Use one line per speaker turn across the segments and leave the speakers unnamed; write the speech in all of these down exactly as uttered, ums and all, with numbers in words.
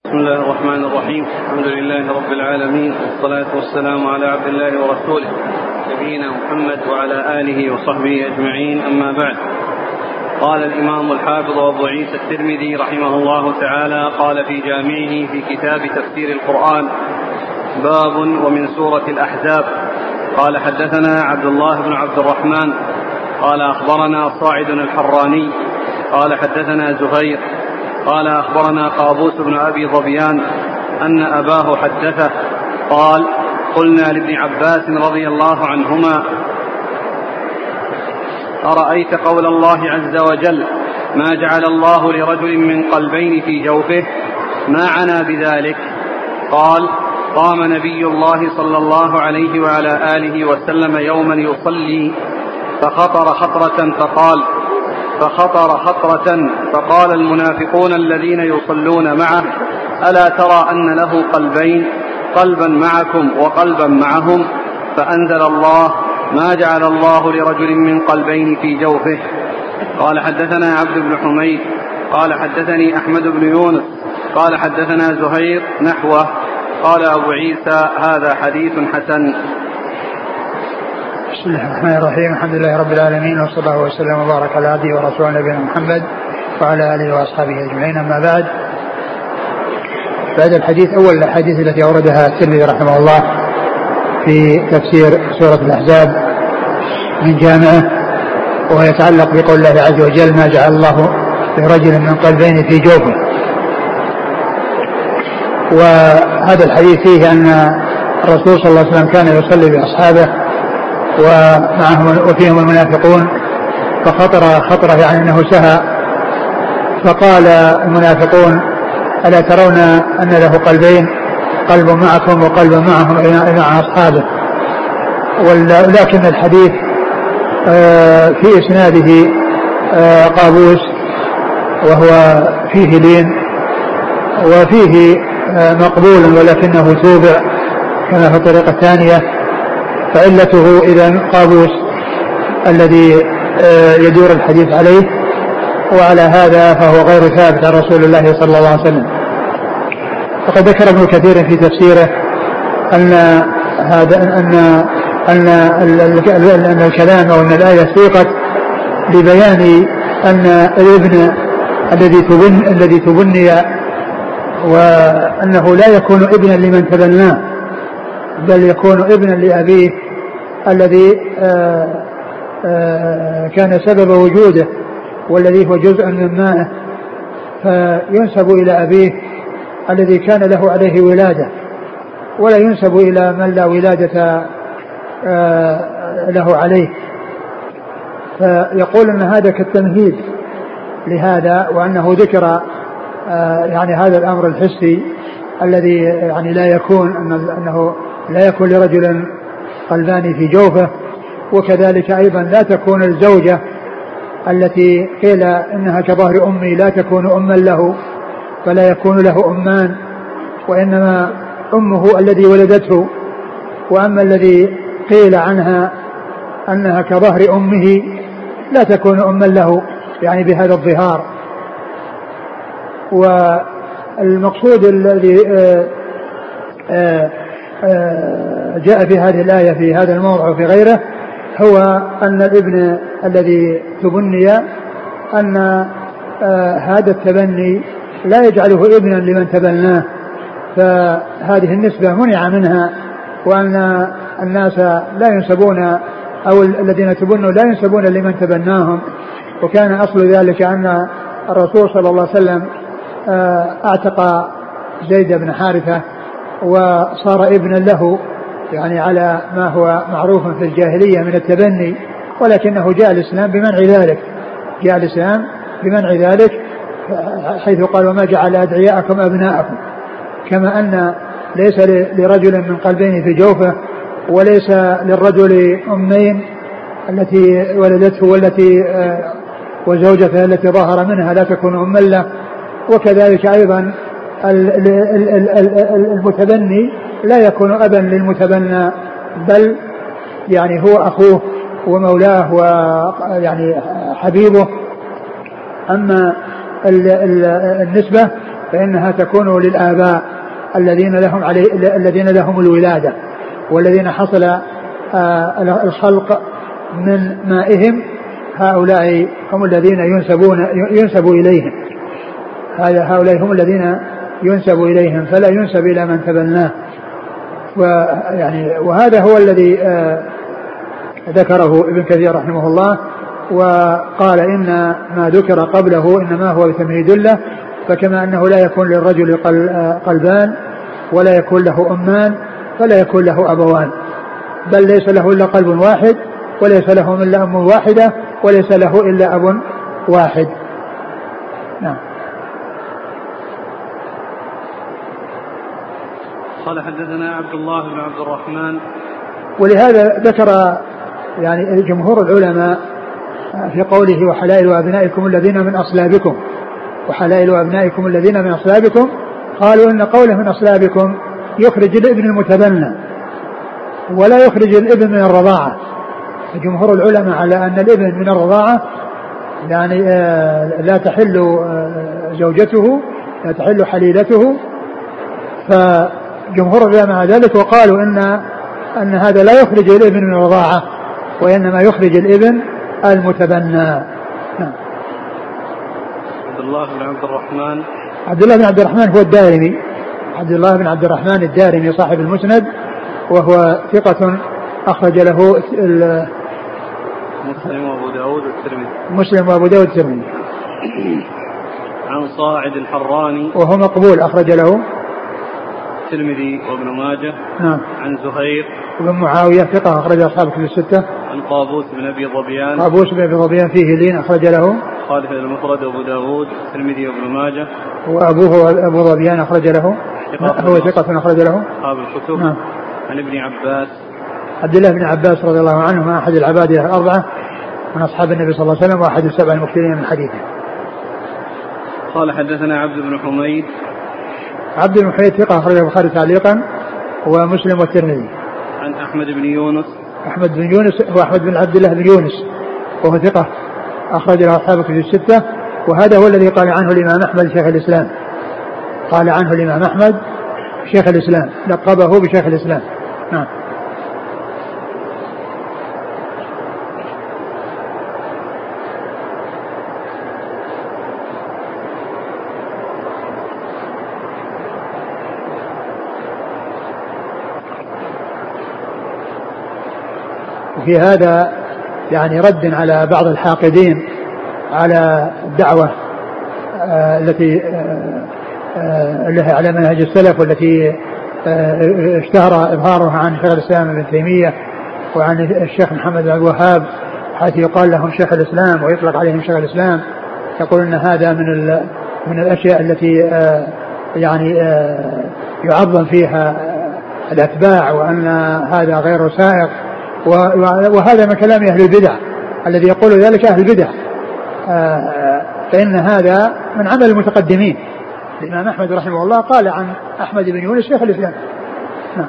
بسم الله الرحمن الرحيم. الحمد لله رب العالمين، والصلاة والسلام على عبد الله ورسوله نبينا محمد وعلى آله وصحبه أجمعين، أما بعد. قال الإمام الحافظ أبو عيسى الترمذي رحمه الله تعالى قال في جامعه في كتاب تفسير القرآن: باب ومن سورة الأحزاب. قال حدثنا عبد الله بن عبد الرحمن قال أخبرنا صاعد الحراني قال حدثنا زهير قال أخبرنا قابوس بن أبي ظبيان أن أباه حدثه قال: قلنا لابن عباس رضي الله عنهما: أرأيت قول الله عز وجل: ما جعل الله لرجل من قلبين في جوفه، ما عنا بذلك؟ قال: قام نبي الله صلى الله عليه وعلى آله وسلم يوما يصلي فخطر خطرة فقال فخطر خطرة فقال المنافقون الذين يصلون معه: ألا ترى أن له قلبين، قلبا معكم وقلبا معهم؟ فأنزل الله: ما جعل الله لرجل من قلبين في جوفه. قال حدثنا عبد بن حميد قال حدثني أحمد بن يونس قال حدثنا زهير نحوه. قال أبو عيسى: هذا حديث حسن.
بسم الله الرحمن الرحيم. الحمد لله رب العالمين، وصلى الله وسلم وبارك على عبده ورسوله نبينا محمد وعلى آله وأصحابه أجمعين، أما بعد. بعد الحديث أول الأحاديث التي أوردها الترمذي رحمه الله في تفسير سورة الأحزاب من جامعه، ويتعلق بقول الله عز وجل: ما جعل الله لرجل من قلبين في جوفه. وهذا الحديث فيه أن الرسول صلى الله عليه وسلم كان يصلي بأصحابه ومعهم وفيهم المنافقون، فخطر خطره يعني أنه سهى، فقال المنافقون: ألا ترون أن له قلبين، قلب معكم وقلب معهم إلى أصحابه. ولكن الحديث في إسناده قابوس وهو فيه لين وفيه مقبول، ولكنه توبع كما في الطريقة الثانية، فعلته إذن قابوس الذي يدور الحديث عليه، وعلى هذا فهو غير ثابت عن رسول الله صلى الله عليه وسلم. وقد ذكر ابن كثير في تفسيره أن هذا أن أن أن الكلام أو أن الآية سيقت لبيان أن الابن الذي تبن الذي تبني وأنه لا يكون ابنا لمن تبناه، بل يكون ابنا لأبيه الذي آآ آآ كان سبب وجوده والذي هو جزء من مائه، فينسب إلى أبيه الذي كان له عليه ولادة، ولا ينسب إلى من لا ولادة له عليه. فيقول أن هذا كالتمهيد لهذا، وأنه ذكر يعني هذا الأمر الحسي الذي يعني لا يكون أنه لا يكون لرجل قلبان في جوفه. وكذلك أيضا لا تكون الزوجة التي قيل إنها كظهر أمي لا تكون أما له، فلا يكون له أمان، وإنما أمه الذي ولدته. وأما الذي قيل عنها أنها كظهر أمه لا تكون أما له، يعني بهذا الظهار. والمقصود الذي جاء في هذه الآية في هذا الموضع وفي غيره هو أن الابن الذي تبني أن هذا التبني لا يجعله ابنا لمن تبناه، فهذه النسبة منع منها، وأن الناس لا ينسبون أو الذين تبنوا لا ينسبون لمن تبناهم. وكان أصل ذلك أن الرسول صلى الله عليه وسلم اعتق زيد بن حارثة وصار ابنا له، يعني على ما هو معروف في الجاهلية من التبني، ولكنه جاء الإسلام بمنع ذلك جاء الإسلام بمنع ذلك حيث قال: وما جعل أدعياءكم أبناءكم. كما أن ليس لرجل من قلبين في جوفه، وليس للرجل أمين التي ولدته والتي وزوجته التي ظهر منها لا تكون أما له. وكذلك أيضا المتبني لا يكون أبا للمتبنى، بل يعني هو أخوه ومولاه ويعني حبيبه. أما النسبة فإنها تكون للآباء الذين لهم عليه الذين لهم الولادة والذين حصل الخلق من مائهم، هؤلاء هم الذين ينسبون ينسب إليهم، هؤلاء هم الذين ينسب إليهم، فلا ينسب إلى من تبناه. ويعني وهذا هو الذي ذكره ابن كثير رحمه الله، وقال إن ما ذكر قبله إنما هو بتمهيد له، فكما أنه لا يكون للرجل قلبان ولا يكون له أمان فلا يكون له أبوان، بل ليس له إلا قلب واحد وليس له إلا أم واحدة وليس له إلا أب واحد. نعم.
قال حدثنا عبد الله بن عبد الرحمن.
ولهذا ذكر يعني جمهور العلماء في قوله وحلائل أبنائكم الذين من أصلابكم، وحلائل أبنائكم الذين من أصلابكم، قالوا إن قوله من أصلابكم يخرج الابن المتبنى ولا يخرج الابن من الرضاعة. جمهور العلماء على أن الابن من الرضاعة يعني لا تحل زوجته لا تحل حليلته، فجمهور العلماء ذلك، وقالوا إن أن هذا لا يخرج الابن من الرضاعة وإنما يخرج الابن المتبنى. نعم.
عبد الله بن عبد الرحمن.
عبد الله بن عبد الرحمن هو الدارمي، عبد الله بن عبد الرحمن الدارمي صاحب المسند، وهو ثقة أخرج له
مسلم وأبو داود والترمذي.
مسلم وأبو داود والترمذي.
عن صاعد الحراني
وهو مقبول أخرج له
الترمذي وابن ماجه.
نعم.
عن زهير
بن معاوية ثقة أخرج أصحاب كتب الستة.
عن قابوس بن أبي ظبيان.
قابوس بن أبي ظبيان فيه لين أخرج له
خالف المفرد وأبو داود الترمذي وابن ماجه.
وأبوه أبو ظبيان أخرج له، هو ثقة أخرج له
أصحاب الكتب.
نعم.
عن ابن عباس
عبد الله بن عباس رضي الله عنه أحد العبادة الأربعة من أصحاب النبي صلى الله عليه وسلم وأحد السبع المكثرين من حديثه.
قال حدثنا عبد بن حميد.
عبد بن حميد ثقة أخرج البخاري تعليقا ومسلم والترمذي.
عن أحمد بن يونس.
أحمد بن يونس هو أحمد بن عبد الله بن يونس وهو ثقة أخرج له أصحاب الكتب الستة، وهذا هو الذي قال عنه الإمام أحمد شيخ الإسلام، قال عنه الإمام أحمد شيخ الإسلام، لقبه بشيخ الإسلام. نعم. وفي هذا يعني رد على بعض الحاقدين على الدعوة آه التي آه آه لها على منهج السلف، والتي آه اشتهر إظهارها عن شيخ الإسلام ابن تيمية وعن الشيخ محمد بن الوهاب، حيث يقال لهم شيخ الإسلام ويطلق عليهم شيخ الإسلام، يقول أن هذا من من الأشياء التي آه يعني آه يعظم فيها الأتباع، وأن هذا غير سائق، وهذا من كلام أهل البدع الذي يقول ذلك أهل البدع، فإن هذا من عمل المتقدمين. الإمام أحمد رحمه الله قال عن أحمد بن يونس شيخ الإسلام. نعم.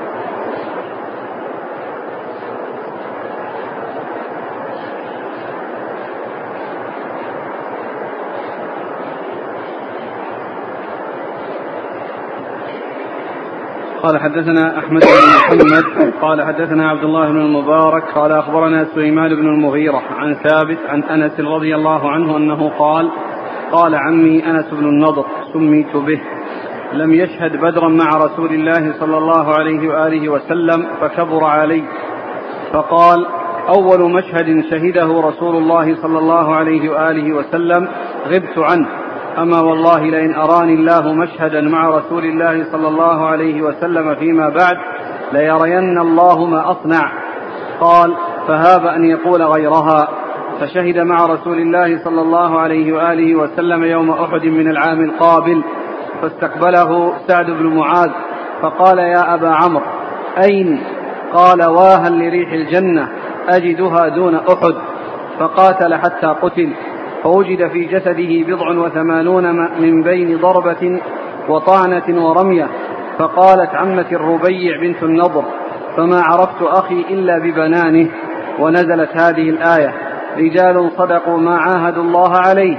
قال حدثنا أحمد بن محمد قال حدثنا عبد الله بن المبارك قال أخبرنا سليمان بن المغيرة عن ثابت عن أنس رضي الله عنه أنه قال قال عمي أنس بن النضر سميت به لم يشهد بدرا مع رسول الله صلى الله عليه وآله وسلم فكبر علي، فقال أول مشهد شهده رسول الله صلى الله عليه وآله وسلم غبت عنه، أما والله لئن أراني الله مشهدا مع رسول الله صلى الله عليه وسلم فيما بعد ليرين الله ما أصنع. قال فهاب أن يقول غيرها، فشهد مع رسول الله صلى الله عليه وآله وسلم يوم أحد من العام القابل، فاستقبله سعد بن معاذ فقال يا أبا عمرو أين؟ قال واها لريح الجنة أجدها دون أحد، فقاتل حتى قتل، فوجد في جسده بضع وثمانون من بين ضربة وطعنة ورمية. فقالت عمة الربيع بنت النضر فما عرفت أخي إلا ببنانه، ونزلت هذه الآية رجال صدقوا ما عاهدوا الله عليه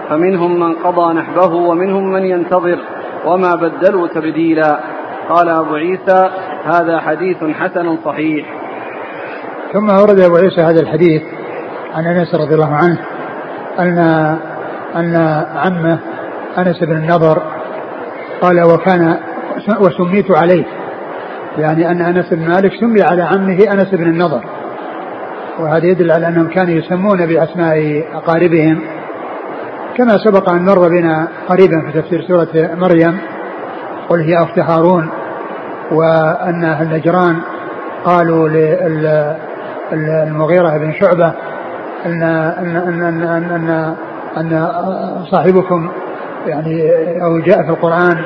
فمنهم من قضى نحبه ومنهم من ينتظر وما بدلوا تبديلا. قال أبو عيسى هذا حديث حسن صحيح.
ثم ورد أبو عيسى هذا الحديث عن أنس رضي الله عنه أن أن عمه أنس بن النضر قال وكان وسميت عليه، يعني أن أنس بن مالك سمي على عمه أنس بن النضر، وهذا يدل على أنهم كانوا يسمون بأسماء أقاربهم، كما سبق أن مر بنا قريبا في تفسير سورة مريم قل هي أخت هارون، وأن النجران قالوا للمغيرة بن شعبة أن, أن, أن, أن, أن, أن صاحبكم يعني أو جاء في القرآن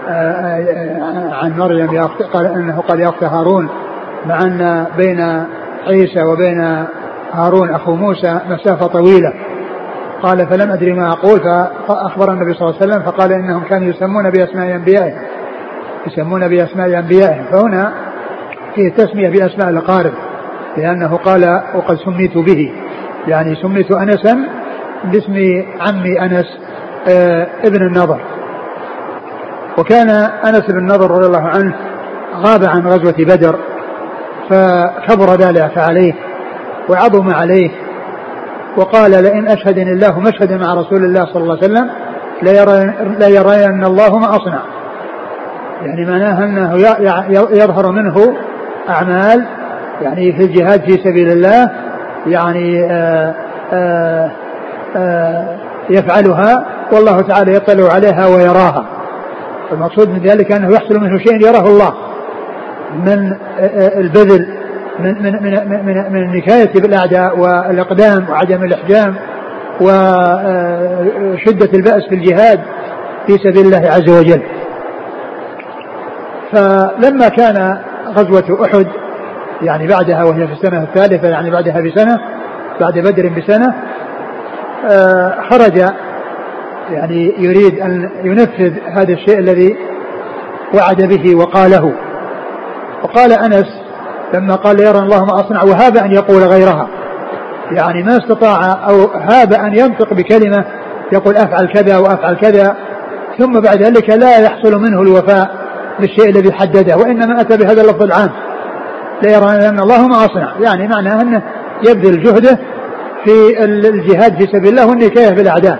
عن مريم يا أخت، قال أنه قال يا أخت هارون، مع أن بين عيسى وبين هارون أخو موسى مسافة طويلة. قال فلم أدري ما أقول، فأخبر النبي صلى الله عليه وسلم فقال إنهم كانوا يسمون بأسماء أنبيائهم يسمون بأسماء أنبيائهم فهنا فيه تسمية بأسماء الأقارب، لأنه قال وقد سميت به، يعني سميت أنسا باسم عمي أنس ابن النضر. وكان أنس بن النضر رضي الله عنه غاب عن غزوة بدر، فكبر ذلك عليه وعظم عليه، وقال لئن أشهدني الله مشهد مع رسول الله صلى الله عليه وسلم لا يرين الله ما أصنع، يعني معناها أنه يظهر منه أعمال يعني في الجهاد في سبيل الله، يعني آآ آآ آآ يفعلها والله تعالى يطلع عليها ويراها. المقصود من ذلك أنه يحصل منه شيء يراه الله من البذل من من من من, من النكاية بالأعداء والإقدام وعدم الإحجام وشدة البأس في الجهاد في سبيل الله عز وجل. فلما كان غزوة أحد يعني بعدها وهي في السنة الثالثة يعني بعدها بسنة بعد بدر بسنة خرج يعني يريد أن ينفذ هذا الشيء الذي وعد به وقاله. وقال أنس لما قال يرى الله ما أصنع وهاب أن يقول غيرها، يعني ما استطاع أو هاب أن ينطق بكلمة يقول أفعل كذا وأفعل كذا ثم بعد ذلك لا يحصل منه الوفاء بالشيء الذي حدده، وإنما أتى بهذا اللفظ العام لا يرى أن الله ما أصنع، يعني معناه أنه يبذل جهده في الجهاد في سبيل الله والنكاية بالأعداء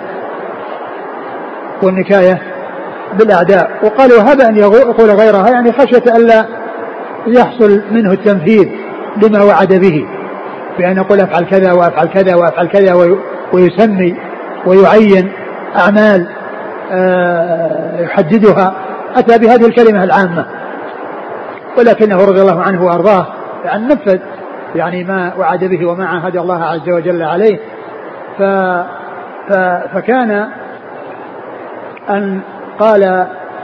والنكاية بالأعداء. وقال وهذا أن يقول غيرها يعني خشية ألا يحصل منه التنفيذ لما وعد به، بأن يقول أفعل كذا وأفعل كذا وأفعل كذا ويسمي ويعين أعمال يحددها، أتى بهذه الكلمة العامة، ولكنه رضي الله عنه وأرضاه يعني نفذ يعني ما وعد به وما عاهد الله عز وجل عليه. ف ف فكان أن قال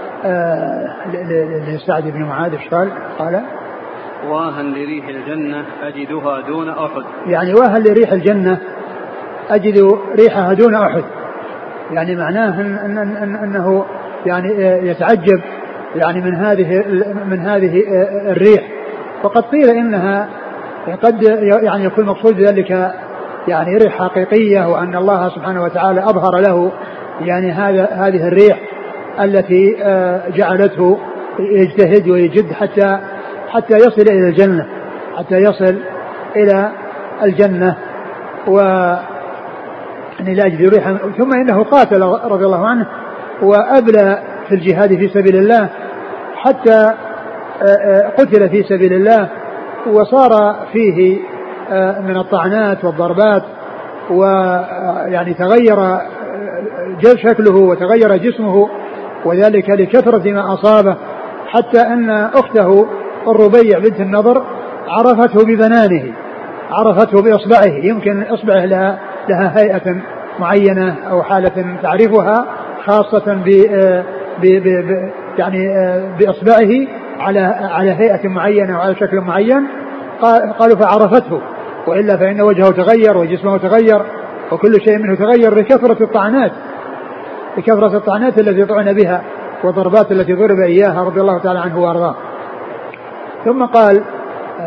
لسعد بن معاذ قال قال
واها لريح الجنة أجدها دون أحد،
يعني واها لريح الجنة أجد ريحها دون أحد، يعني معناه إن إن إن أنه يعني يتعجب يعني من هذه من هذه الريح. وقد قيل إنها قد يعني يكون مقصود ذلك يعني ريح حقيقية، وأن الله سبحانه وتعالى أظهر له يعني هذا هذه الريح التي جعلته يجتهد ويجد حتى حتى يصل إلى الجنة حتى يصل إلى الجنة و لا أجد ريحا. ثم إنه قاتل رضي الله عنه وأبلى في الجهاد في سبيل الله حتى قتل في سبيل الله، وصار فيه من الطعنات والضربات، ويعني تغير شكله وتغير جسمه، وذلك لكثرة ما أصابه، حتى أن أخته الربيع بنت النضر عرفته ببنانه عرفته بإصبعه، يمكن إصبعه لها, لها هيئة معينة أو حالة تعرفها خاصة ب ب ب يعني بإصبعه على على هيئة معينة وعلى شكل معين، قالوا فعرفته، وإلا فإن وجهه تغير وجسمه تغير وكل شيء منه تغير بكثرة الطعنات بكثرة الطعنات التي طعن بها وضربات التي ضرب إياها رضي الله تعالى عنه وأرضاه. ثم قال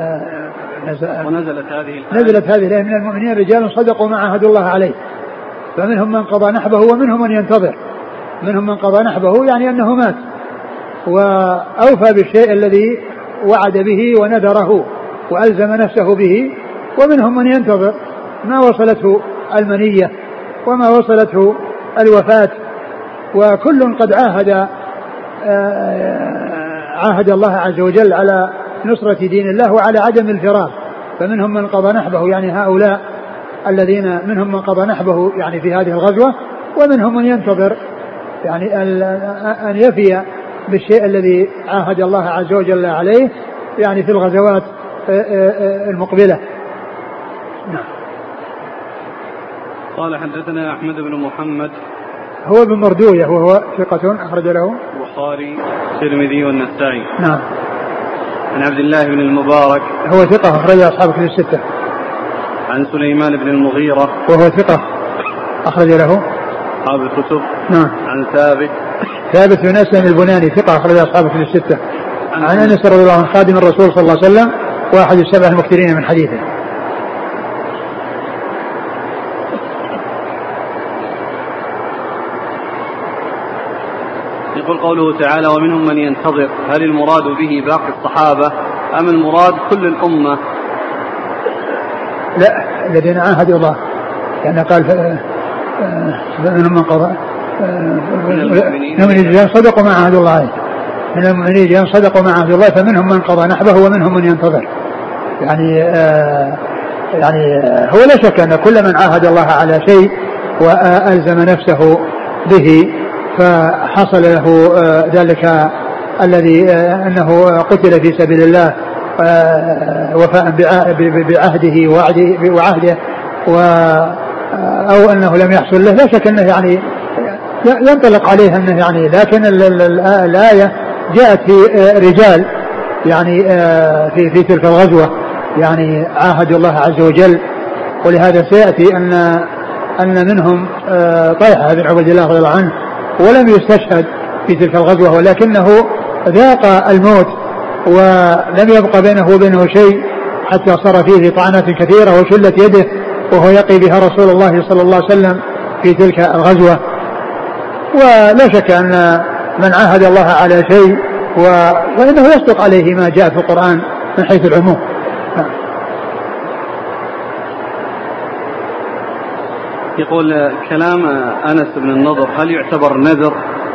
ونزلت هذه
نزلت هذه الآية من المؤمنين رجال صدقوا ما عاهدوا الله عليه، فمنهم من قضى نحبه ومنهم من ينتظر. منهم من قضى نحبه يعني أنه مات وأوفى بالشيء الذي وعد به ونذره وألزم نفسه به، ومنهم من ينتظر ما وصلته المنية وما وصلته الوفاة، وكل قد عاهد عاهد الله عز وجل على نصرة دين الله وعلى عدم الفرار. فمنهم من قضى نحبه يعني هؤلاء الذين منهم من قضى نحبه يعني في هذه الغزوة، ومنهم من ينتظر يعني أن يفي بالشيء الذي عاهد الله عز وجل عليه يعني في الغزوات المقبلة. نعم.
قال حدثنا أحمد بن محمد
هو بن مردوية وهو ثقة أخرج له
البخاري الترمذي والنسائي.
نعم.
عن عبد الله بن المبارك
هو ثقة أخرج أصحاب كتب الستة.
عن سليمان بن المغيرة
وهو ثقة أخرج له
أصحاب الكتب.
نعم.
عن ثابت
ثابت بن أسلم البناني ثقة أخرج أصحاب كتب الستة. عن أنس رضي الله عنه خادم الرسول صلى الله عليه وسلم واحد السبع المكثرين من حديثه.
يقول قوله تعالى ومنهم من ينتظر، هل المراد به باقي الصحابة أم المراد كل الأمة؟
لا، الذين عاهدوا الله يعني قال منهم من قضى من المؤمنين صدقوا ما عاهدوا الله عليه، من المؤمنين صدقوا ما عاهدوا الله، فمنهم من قضى نحبه ومنهم من ينتظر. يعني آه يعني هو لا شك أن كل من عاهد الله على شيء وألزم نفسه به فحصل له ذلك الذي أنه قتل في سبيل الله وفاء بعهده وعهده أو أنه لم يحصل له، لا شك أنه يعني ينطلق عليه أنه يعني، لكن الآية جاءت في رجال يعني في في تلك الغزوة يعني عاهدوا الله عز وجل، ولهذا سيأتي أن أن منهم طلحة بن عبيد الله رضي الله عنه ولم يستشهد في تلك الغزوة، ولكنه ذاق الموت ولم يبقى بينه وبينه شيء حتى صار فيه طعنات كثيرة وشلت يده وهو يقي بها رسول الله صلى الله عليه وسلم في تلك الغزوة. ولا شك أن من عاهد الله على شيء و... وإنه يصدق عليه ما جاء في القرآن من حيث العموم.
يقول كلام أنس بن النضر هل يعتبر نذر؟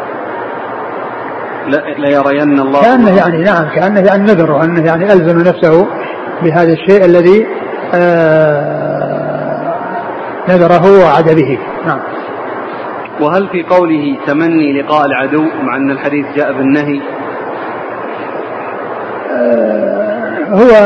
لا يرين الله
كأنه يعني نعم كأنه يعني نذر، وأنه يعني ألزم نفسه بهذا الشيء الذي آه نذره وعد به. نعم.
وهل في قوله تمني لقاء العدو مع أن الحديث جاء بالنهي؟
آه هو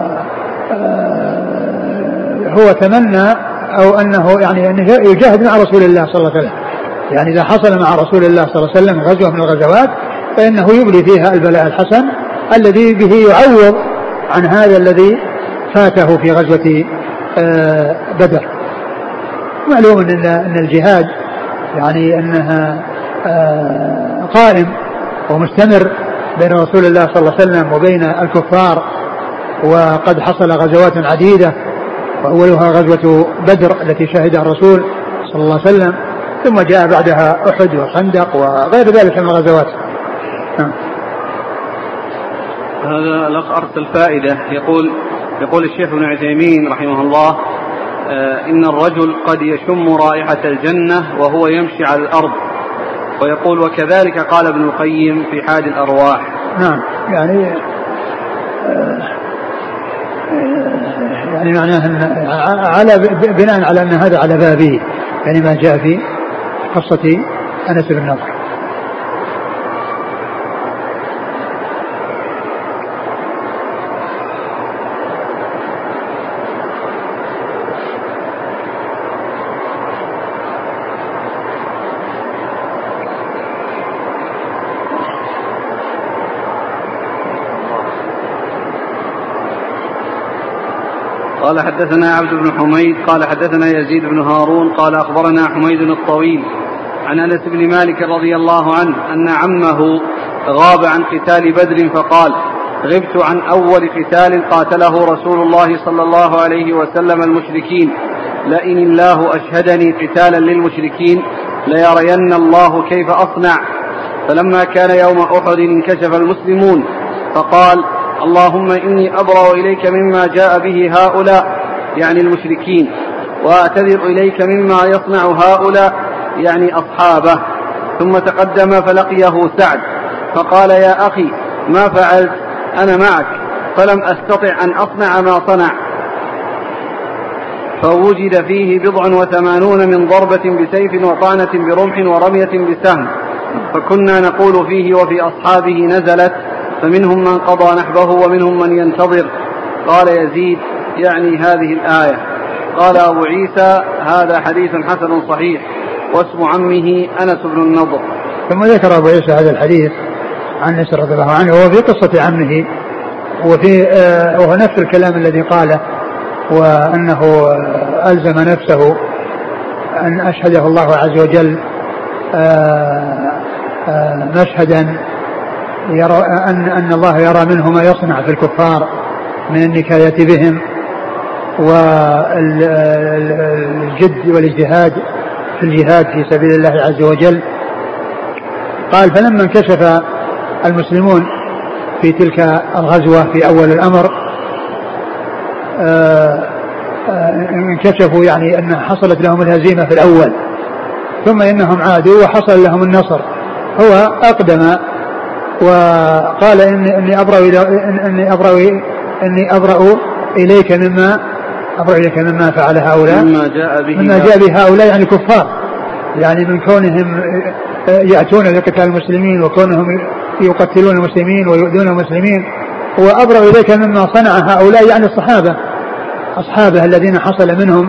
آه هو تمنى أو أنه يعني أنه يجاهد مع رسول الله صلى الله عليه وسلم، يعني إذا حصل مع رسول الله صلى الله عليه وسلم غزوة من الغزوات فإنه يبلي فيها البلاء الحسن الذي به يعوض عن هذا الذي فاته في غزوة بدر. معلوم أن الجهاد يعني أنها قائم ومستمر بين رسول الله صلى الله عليه وسلم وبين الكفار، وقد حصل غزوات عديدة وأولها غزوة بدر التي شهدها الرسول صلى الله عليه وسلم، ثم جاء بعدها أحد وخندق وغير ذلك من الغزوات.
هذا الأخ أرسل فائدة، يقول يقول الشيخ ابن عثيمين رحمه الله آه إن الرجل قد يشم رائحة الجنة وهو يمشي على الأرض، ويقول وكذلك قال ابن القيم في حاد الأرواح.
نعم يعني آه يعني معناه أن على بناء على أن هذا على بابه، يعني ما جاء في قصة أنس بن نضر.
قال حدثنا عبد بن حميد قال حدثنا يزيد بن هارون قال أخبرنا حميد الطويل عن أنس بن مالك رضي الله عنه أن عمه غاب عن قتال بدر فقال غبت عن أول قتال قاتله رسول الله صلى الله عليه وسلم المشركين لئن الله أشهدني قتالا للمشركين ليرين الله كيف أصنع. فلما كان يوم أحد انكشف المسلمون فقال اللهم إني أبرأ إليك مما جاء به هؤلاء يعني المشركين وأعتذر إليك مما يصنع هؤلاء يعني أصحابه. ثم تقدم فلقيه سعد فقال يا أخي ما فعلت أنا معك فلم أستطع أن أصنع ما صنع. فوجد فيه بضع وثمانون من ضربة بسيف وطعنة برمح ورمية بسهم. فكنا نقول فيه وفي أصحابه نزلت فمنهم من قضى نحبه ومنهم من ينتظر. قال يزيد يعني هذه الآية. قال أبو عيسى هذا حديث حسن صحيح واسم عمه أنس بن النضر.
ثم ذكر أبو عيسى هذا الحديث عن أنس رضي الله عنه وهو في قصة عمه وفي آه وهو نفس الكلام الذي قاله وأنه ألزم نفسه أن أشهده الله عز وجل آه آه مشهدا يرى أن, أن الله يرى منه ما يصنع في الكفار من النكاية بهم والجد والاجتهاد في الجهاد في سبيل الله عز وجل. قال فلما انكشف المسلمون في تلك الغزوة في أول الأمر انكشفوا يعني أن حصلت لهم الهزيمة في الأول ثم إنهم عادوا وحصل لهم النصر. هو أقدم وقال إني أبرأ إني أبرأ إني أبرأ إليك مما أبرأ إليك مما فعل هؤلاء
مما جاء به
مما جاء به هؤلاء يعني الكفار يعني من كونهم يأتون لقتال المسلمين وكونهم يقتلون المسلمين ويؤذون المسلمين. وأبرأ إليك مما صنع هؤلاء يعني الصحابة أصحابه الذين حصل منهم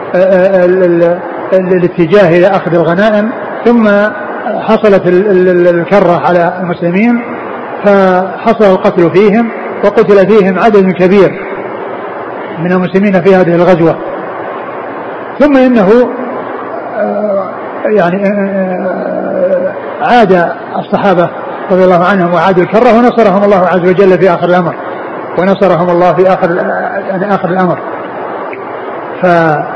الاتجاه إلى أخذ الغنائم ثم حصلت الكرة على المسلمين فحصل القتل فيهم وقتل فيهم عدد كبير من المسلمين في هذه الغزوة. ثم إنه يعني عاد الصحابة رضي الله عنهم وعادوا الكرة ونصرهم الله عز وجل في آخر الأمر ونصرهم الله في آخر يعني آخر الأمر. ف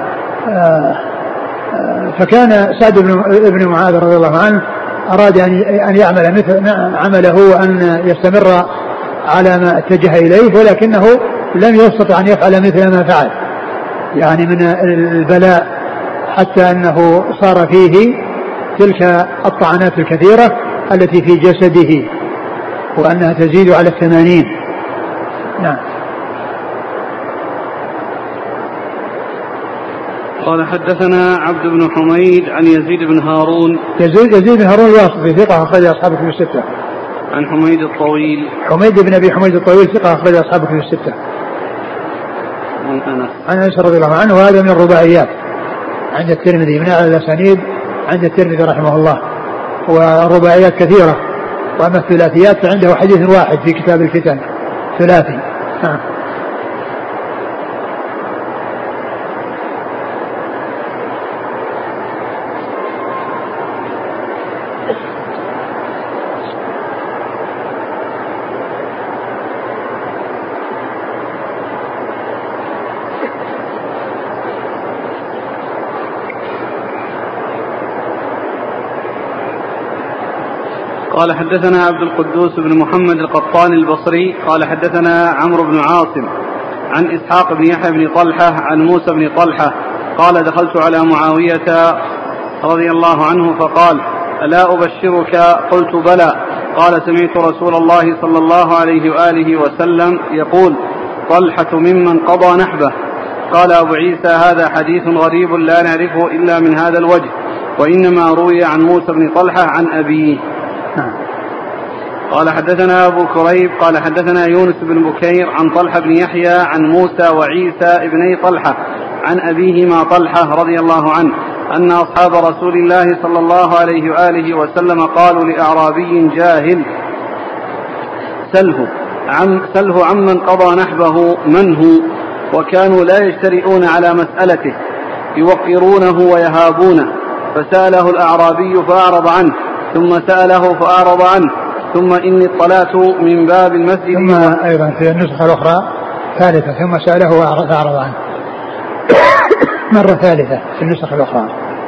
فكان سعد بن معاذ رضي الله عنه أراد أن يعمل مثل عمله وأن يستمر على ما اتجه إليه ولكنه لم يستطع أن يفعل مثل ما فعل يعني من البلاء حتى أنه صار فيه تلك الطعنات الكثيرة التي في جسده وأنها تزيد على الثمانين. نعم.
قال حدثنا عبد بن حميد عن يزيد بن هارون
يزيد, يزيد بن هارون الواسطي ثقة أخرج أصحاب كتب الستة.
عن حميد الطويل
حميد بن أبي حميد الطويل ثقة أخرج أصحاب كتب الستة.
عن أنس
عن أنس رضي الله عنه وهذا من الرباعيات عند الترمذي من أعلى الأسانيد عند الترمذي رحمه الله والرباعيات كثيرة وأما الثلاثيات فعنده حديث واحد في كتاب الفتن ثلاثي. نعم.
قال حدثنا عبد القدوس بن محمد القطان البصري قال حدثنا عمرو بن عاصم عن إسحاق بن يحيى بن طلحة عن موسى بن طلحة قال دخلت على معاوية رضي الله عنه فقال ألا أبشرك؟ قلت بلى. قال سمعت رسول الله صلى الله عليه وآله وسلم يقول طلحة ممن قضى نحبه. قال أبو عيسى هذا حديث غريب لا نعرفه إلا من هذا الوجه وإنما روي عن موسى بن طلحة عن أبيه. قال حدثنا أبو كريب قال حدثنا يونس بن بكير عن طلحة بن يحيى عن موسى وعيسى ابني طلحة عن أبيهما طلحة رضي الله عنه أن أصحاب رسول الله صلى الله عليه وآله وسلم قالوا لأعرابي جاهل سله عم سله عمن قضى نحبه من هو، وكانوا لا يجترئون على مسألته يوقرونه ويهابونه. فسأله الأعرابي فأعرض عنه ثم سأله فأعرض عنه ثم إني اطلعت من باب المسجد.
ثم أيضا في النسخة الأخرى ثالثة ثم سأله فأعرض عنه. مرة ثالثة في النسخ الأخرى.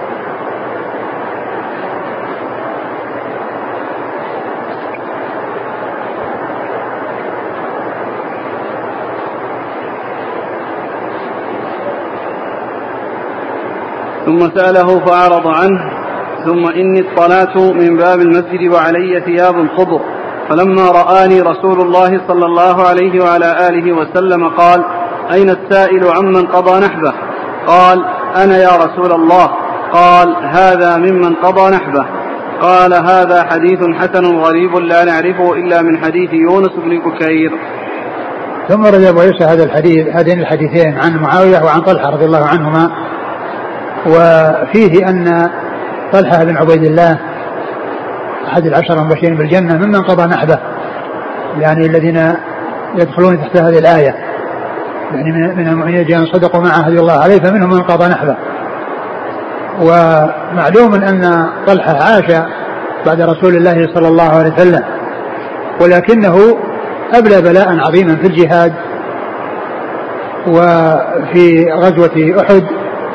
ثم سأله فأعرض عنه ثم إني اطلعت من باب المسجد وعلي ثياب خضر فلما رآني رسول الله صلى الله عليه وعلى آله وسلم قال أين السائل عمن قضى نحبه؟ قال أنا يا رسول الله. قال هذا ممن قضى نحبه. قال هذا حديث حسن غريب لا نعرفه إلا من حديث يونس بن بكير.
ثم رد أبو عيسى هذا الحديث هذين الحديثين عن معاوية وعن طلحة رضي الله عنهما، وفيه أن طلحة بن عبيد الله أحد العشرة المبشرين بالجنة ممن قضى نحبه، يعني الذين يدخلون تحت هذه الآية، يعني من المؤمنين الذين صدقوا ما عاهدوا الله عليه فمنهم من قضى نحبه. ومعلوم أن طلحة عاش بعد رسول الله صلى الله عليه وسلم، ولكنه أبلى بلاء عظيما في الجهاد وفي غزوة أحد،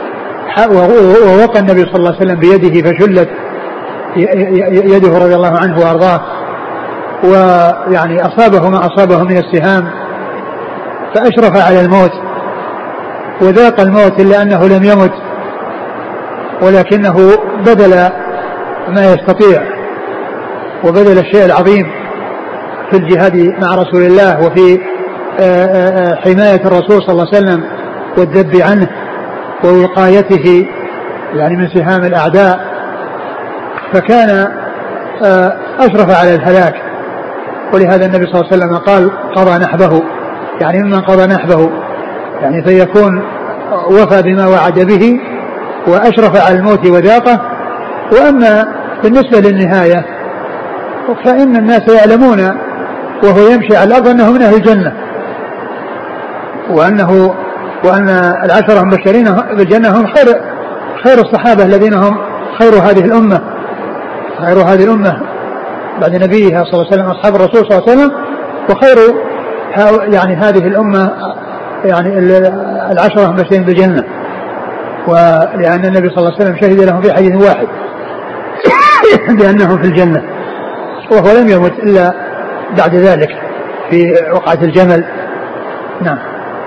ووقع النبي صلى الله عليه وسلم بيده فشلت يده رضي الله عنه وأرضاه، ويعني أصابه ما أصابه من السهام فأشرف على الموت وذاق الموت إلا أنه لم يمت، ولكنه بذل ما يستطيع وبذل الشيء العظيم في الجهاد مع رسول الله وفي حماية الرسول صلى الله عليه وسلم والذب عنه ووقايته يعني من سهام الأعداء، فكان أشرف على الهلاك. ولهذا النبي صلى الله عليه وسلم قال قضى نحبه، يعني ممن قضى نحبه، يعني فيكون وفى بما وعد به وأشرف على الموت وذاقه. وأما بالنسبة للنهاية فإن الناس يعلمون وهو يمشي على الأرض أنه من أهل الجنة، وأنه وأن العشرة المبشرين بالجنة هم خير خير الصحابة الذين هم خير هذه الأمة، خير هذه الأمة بعد نبيها صلى الله عليه وسلم أصحاب الرسول صلى الله عليه وسلم، وخير يعني هذه الأمة يعني العشرة المبشرين بالجنة، ولأن النبي صلى الله عليه وسلم شهد لهم في حديث واحد بأنهم في الجنة، وهو لم يمت إلا بعد ذلك في وقعة الجمل. نعم.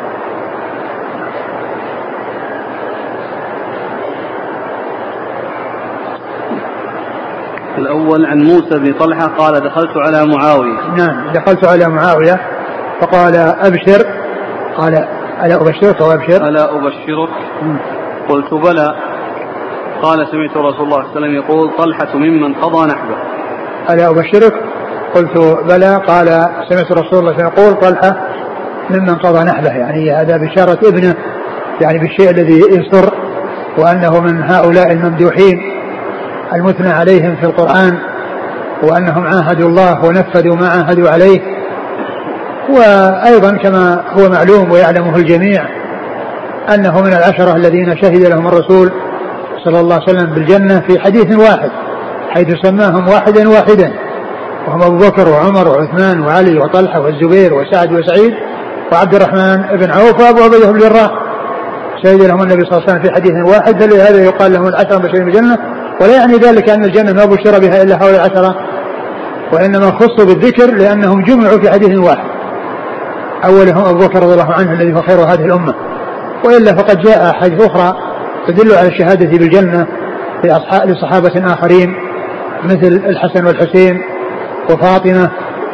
الأول عن موسى بن طلحة قال دخلت على معاوية.
نعم دخلت على معاوية فقال أبشر، قال ألا أبشرك وأبشر
ألا أبشرك م. قلت بلى. قال سمعت رسول الله صلى الله عليه وسلم يقول طلحة ممن قضى نحبه.
ألا أبشرك قلت بلى. قال سمعت رسول الله صلى الله عليه وسلم يقول طلحة ممن قضى نحبه، يعني هذا بشارة ابنه يعني بالشيء الذي يسر، وأنه من هؤلاء الممدوحين المثنى عليهم في القرآن، وأنهم عاهدوا الله ونفذوا ما عاهدوا عليه. وأيضا كما هو معلوم ويعلمه الجميع أنه من العشرة الذين شهد لهم الرسول صلى الله عليه وسلم بالجنة في حديث واحد، حيث سماهم واحدا واحدا، وهم أبو بكر وعمر وعثمان وعلي وطلحة والزبير وسعد وسعيد وعبد الرحمن بن عوف وأبو عبيدة بن الجراح، شهد لهم النبي صلى الله عليه وسلم في حديث واحد، فلهذا يقال لهم العشرة المبشرين بالجنة. ولا يعني ذلك أن الجنة ما بشر بها إلا هؤلاء العشرة، وإنما خصوا بالذكر لأنهم جمعوا في حديث واحد، أولهم أبو بكر رضي الله عنه الذي هو خير هذه الأمة. وإلا فقد جاء أحاديث أخرى تدل على الشهادة بالجنة لصحابة آخرين مثل الحسن والحسين وفاطمة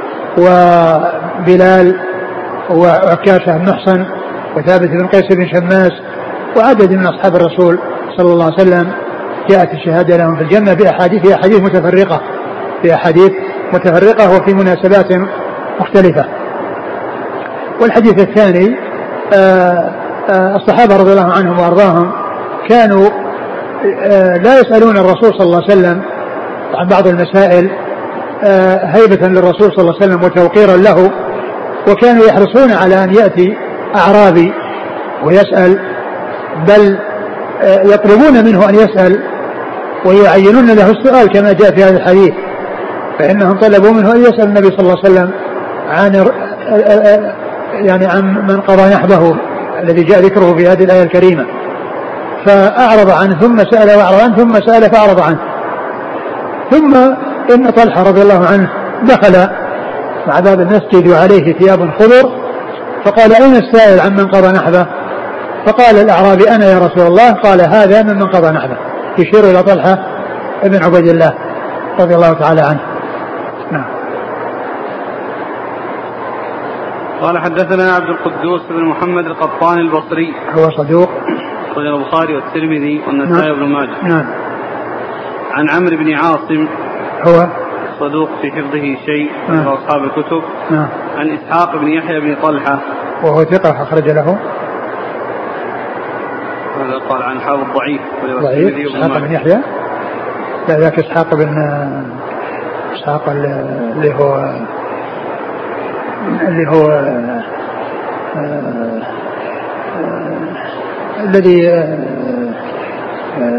وبلال وعكاشة بن محصن وثابت بن قيس بن شماس وعدد من أصحاب الرسول صلى الله عليه وسلم جاءت الشهادة لهم في الجنة بأحاديث أحاديث متفرقة في أحاديث متفرقة وفي مناسبات مختلفة. والحديث الثاني آآ آآ الصحابة رضي الله عنهم وأرضاهم كانوا لا يسألون الرسول صلى الله عليه وسلم عن بعض المسائل هيبة للرسول صلى الله عليه وسلم وتوقيرا له، وكانوا يحرصون على أن يأتي أعرابي ويسأل، بل يطلبون منه أن يسأل ويعينون له السؤال كما جاء في هذا الحديث، فإنهم طلبوا منه أن يسأل النبي صلى الله عليه وسلم عن يعني عن من قضى نحبه الذي جاء ذكره في هذه الآية الكريمة. فأعرض عنه ثم سأل وأعرض عنه ثم سأل فأعرض عنه. ثم إن طلحة رضي الله عنه دخل مع باب المسجد وعليه ثياب خضر فقال أين السائل عن من قضى نحبه؟ فقال الأعرابي أنا يا رسول الله. قال هذا من من قضى نحبه، يشير إلى طلحة ابن عبيد الله رضي الله تعالى عنه. نعم.
قال حدثنا عبد القدوس بن محمد القطان البصري
هو صدوق
أخرجه البخاري والترمذي والنسائي وابن ماجه.
نعم.
عن عمرو بن عاصم
هو
صدوق في حفظه شيء من
نعم.
أصحاب الكتب.
نعم.
عن إسحاق بن يحيى بن طلحة
وهو ثقة أخرج له.
هذا قال عن حافظ ضعيف
ضعيف إسحاق بن يحيى. لا ذاك إسحاق بن إسحاق اللي هو اللي هو آه آه آه الذي آه آه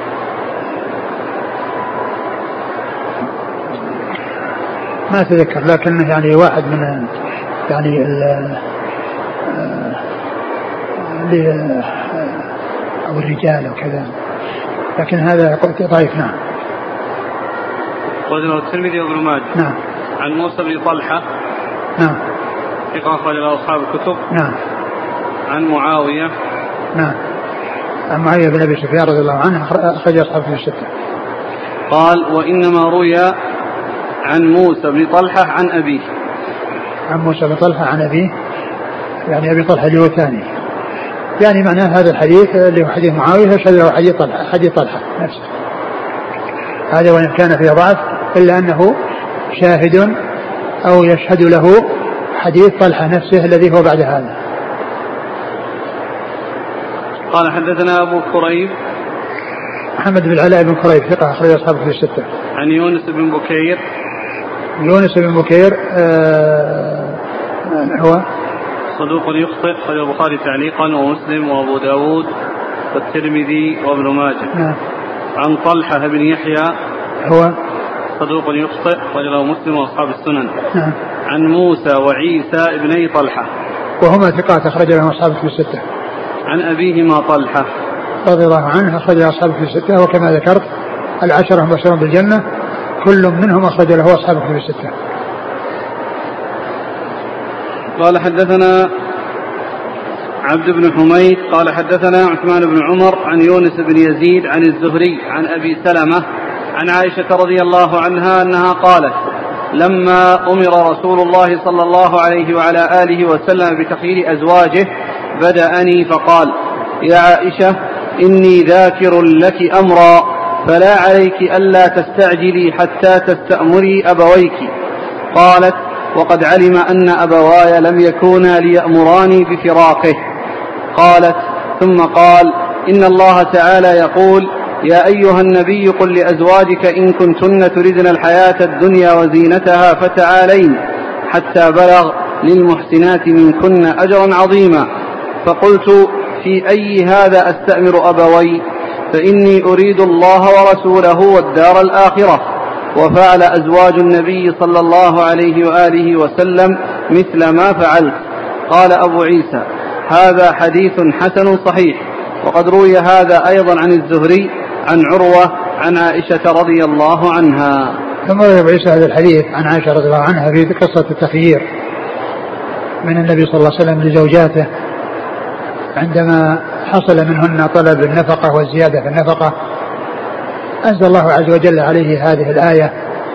ما أتذكر لكنه يعني واحد من يعني اللي أو الرجال أو كذا، لكن هذا ضعيف. نعم.
وزنه الترمذي وابن ماجه.
نعم.
عن موسى بن طلحة.
نعم.
ثقة أخرج له أصحاب الكتب.
نعم.
عن معاوية.
نعم. عن معاوية بن أبي سفيان رضي الله عنه أخرج أصحاب في الستة.
قال وإنما روي عن موسى بن طلحة عن أبيه.
عن موسى بن طلحة عن أبيه يعني أبي طلحة اللي هو ثاني، يعني معناه هذا الحديث اللي هو حديث معاوية يشهد له حديث طلحة حديث طلحة نفسه، هذا وإن كان فيه ضعف إلا أنه شاهد أو يشهد له حديث طلحة نفسه الذي هو بعد هذا.
قال حدثنا أبو كريب
محمد بن العلاء بن كريب ثقة أخرج أصحابه في الستة.
عن يونس بن بكير.
يونس بن بكير آه هو
صدوق يخطئ أخرج البخاري تعليقا ومسلم وأبو داود والترمذي وابن ماجه.
نعم.
عن طلحة بن يحيى
هو
صدوق يخطئ أخرج له مسلم وأصحاب السنن.
نعم.
عن موسى وعيسى ابني طلحة
وهما ثقات أخرج لهم أصحابه في الستة.
عن أبيهما طلحة
رضي الله عنه أخرج له أصحابه في الستة، وكما ذكرت العشرة مبشرون بالجنة كل منهم أخرج له أصحابه في الستة.
قال حدثنا عبد بن حميد قال حدثنا عثمان بن عمر عن يونس بن يزيد عن الزهري عن أبي سلمة عن عائشة رضي الله عنها أنها قالت لما أمر رسول الله صلى الله عليه وعلى آله وسلم بتخيير أزواجه بدأني فقال يا عائشة إني ذاكر لك أمرا فلا عليك ألا تستعجلي حتى تستأمري أبويك. قالت وقد علم أن أبواي لم يكونا ليأمراني بفراقه. قالت ثم قال إن الله تعالى يقول يا أيها النبي قل لأزواجك إن كنتن تردن الحياة الدنيا وزينتها فتعالين حتى بلغ للمحسنات منكن أجرا عظيما. فقلت في أي هذا أستأمر أبوي؟ فإني أريد الله ورسوله والدار الآخرة. وفعل أزواج النبي صلى الله عليه وآله وسلم مثل ما فعلت. قال أبو عيسى هذا حديث حسن صحيح. وقد روي هذا أيضا عن الزهري عن عروة عن عائشة رضي الله عنها.
ثم روي أبو عيسى هذا الحديث عن عائشة رضي الله عنها في قصة التخيير من النبي صلى الله عليه وسلم لزوجاته عندما حصل منهن طلب النفقة والزيادة في النفقة، أنزل الله عز وجل عليه هذه الآية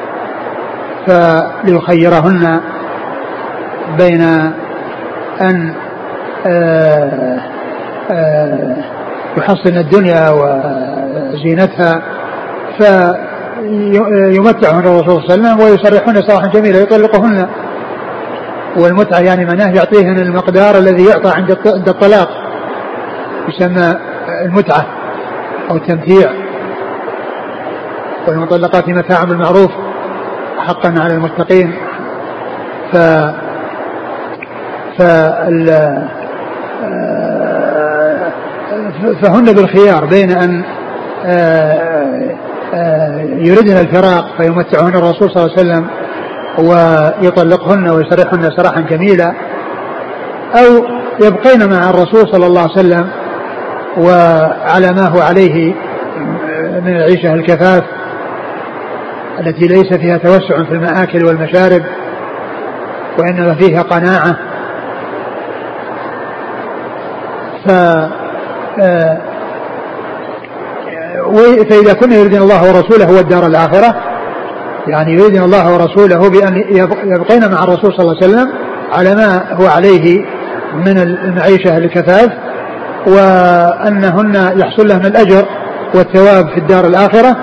فليخيرهن بين أن آآ آآ يحصن الدنيا وزينتها فيمتعهن الرسول صلى الله عليه وسلم ويسرحهن سراحا جميلا يطلقهن. والمتعة يعني معناه يعطيهن المقدار الذي يعطى عند الطلاق يسمى المتعة أو التمتيع. والمطلقات متاع بالمعروف حقا على المتقين. ف فهن بالخيار بين أن يردن الفراق فيمتعهن الرسول صلى الله عليه وسلم ويطلقهن ويسرحهن سراحا جميلا، أو يبقين مع الرسول صلى الله عليه وسلم وعلى ما هو عليه من العيشة الكفاف التي ليس فيها توسع في المآكل والمشارب وإنما فيها قناعة. ف فإذا كنا يريدون الله ورسوله والدار الآخرة يعني يريدون الله ورسوله بأن يبقين مع الرسول صلى الله عليه وسلم على ما هو عليه من المعيشة الكفاف وأنهن يحصل لهن الأجر والثواب في الدار الآخرة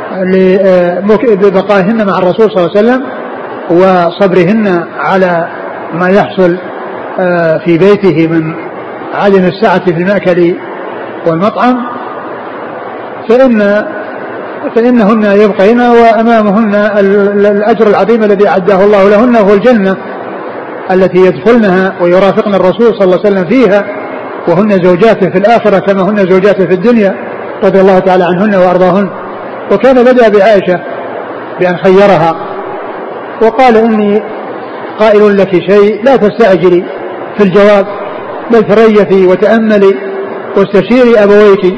ببقائهن مع الرسول صلى الله عليه وسلم وصبرهن على ما يحصل في بيته من عدم السعة في المأكل والمطعم فإن فإنهن يبقين وأمامهن الأجر العظيم الذي أعده الله لهن هو الجنة التي يدخلنها ويرافقن الرسول صلى الله عليه وسلم فيها وهن زوجاته في الآخرة كما هن زوجاته في الدنيا رضي الله تعالى عنهن وأرضاهن. وكان بدأ بعائشة بأن خيرها وقال إني قائل لك شيء لا تستعجلي في الجواب بل تريثي وتأملي واستشيري أبويك.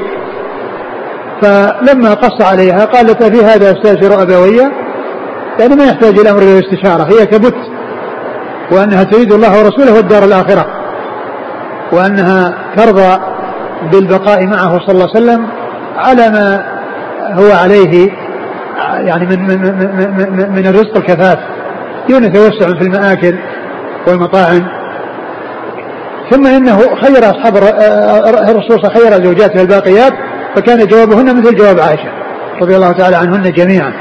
فلما قص عليها قالت في هذا استشير أبوية يعني ما يحتاج الأمر إلى الاستشارة هي كبت وأنها تريد الله ورسوله والدار الآخرة وأنها ترضى بالبقاء معه صلى الله عليه وسلم على ما هو عليه يعني من, من, من, من الرزق الكفاف دون توسع في المآكل والمطاعم. ثم إنه خير أصحاب الرسول خير زوجاته الباقيات فكان جوابهن مثل جواب عائشة رضي الله تعالى عنهن جميعا.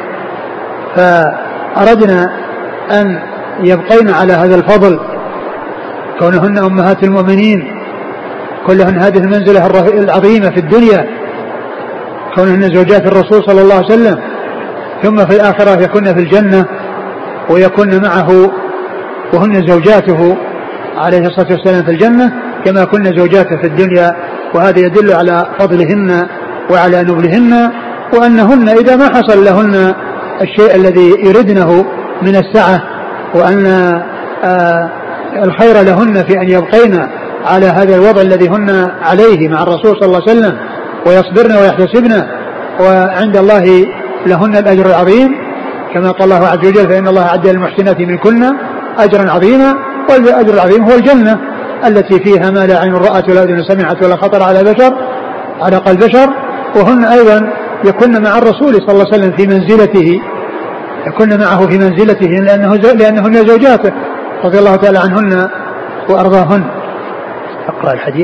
فأردنا أن يبقين على هذا الفضل كونهن أمهات المؤمنين كلهن هذه المنزلة العظيمة في الدنيا كونهن زوجات الرسول صلى الله عليه وسلم ثم في الآخرة يكون في الجنة ويكون معه وهن زوجاته عليه الصلاة والسلام في الجنة كما كنا زوجاته في الدنيا. وهذا يدل على فضلهن وعلى نبلهن وأنهن إذا ما حصل لهن الشيء الذي يردنه من السعة وأن آه الخير لهن في أن يبقين على هذا الوضع الذي هن عليه مع الرسول صلى الله عليه وسلم ويصبرن ويحتسبن وعند الله لهن الأجر العظيم كما قال الله عز وجل فإن الله أعد للمحسنات منكن أجرا عظيما. والأجر العظيم هو الجنة التي فيها ما لا عين رأت ولا أذن سمعت ولا خطر على بشر على قلب بشر. وهن أيضا يكن مع الرسول صلى الله عليه وسلم في منزلته يكن معه في منزلته لأنه لأنهن زوجاته رضي الله تعالى عنهن وأرضاهن. أقرأ الحديث.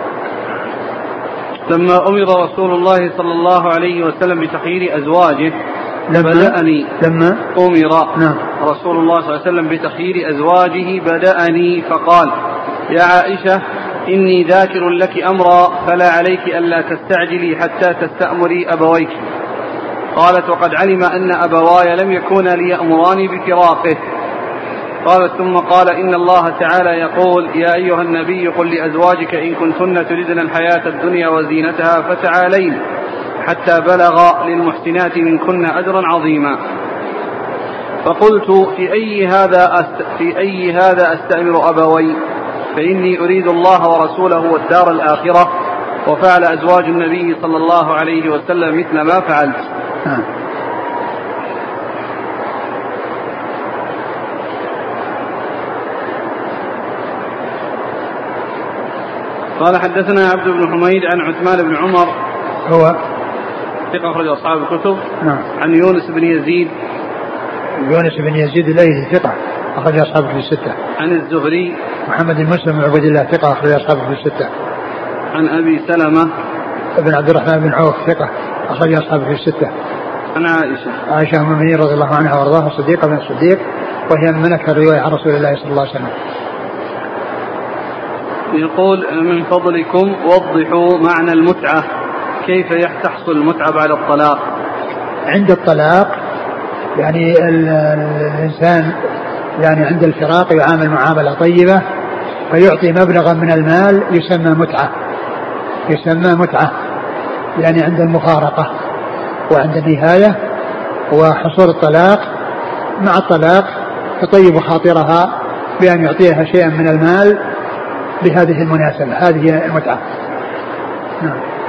لما أمر رسول الله صلى الله عليه وسلم بتخيير أزواجه
لما
بدأني
لما
أمر
نعم.
رسول الله صلى الله عليه وسلم بتخيير أزواجه بدأني فقال يا عائشة إني ذاكر لك أمرا فلا عليك ألا تستعجلي حتى تستأمري أبويك. قالت وقد علم أن أبواي لم يكونا ليأمراني بفراقه. قالت ثم قال إن الله تعالى يقول يا أيها النبي قل لأزواجك إن كنتن تردن الحياة الدنيا وزينتها فتعالين حتى بلغ للمحسنات منكن أجرا عظيما. فقلت في أي هذا أست... في أي هذا أستأمر أبوي فإني أريد الله ورسوله والدار الآخرة. وفعل أزواج النبي صلى الله عليه وسلم مثل ما فعلت. قال حدثنا عبد بن حميد عن عثمان بن عمر
هو
ثقة أخرج أصحاب الكتب.
نعم.
عن يونس بن يزيد
يونس بن يزيد الأيلي ثقة أخرج أصحاب الكتب الستة.
عن الزهري
محمد بن مسلم بن عبد الله ثقة أخرج أصحاب الكتب الستة.
عن أبي سلمة
ابن عبد الرحمن بن عوف ثقة أخرج أصحاب الكتب الستة.
عن عائشة
عائشة أم المؤمنين رضي الله عنها وأرضاها الصديقة بن الصديق وهي من أكثر الرواية عن رسول الله صلى الله عليه وسلم.
يقول من فضلكم وضحوا معنى المتعة كيف تحصل المتعة بعد الطلاق؟
عند الطلاق يعني الإنسان يعني عند الفراق يعامل معاملة طيبة فيعطي مبلغا من المال يسمى متعة يسمى متعة يعني عند المفارقة وعند النهاية وحصول الطلاق. مع الطلاق تطيب خاطرها بأن يعطيها شيئا من المال بهذه المناسبة. هذه المتعة. نعم.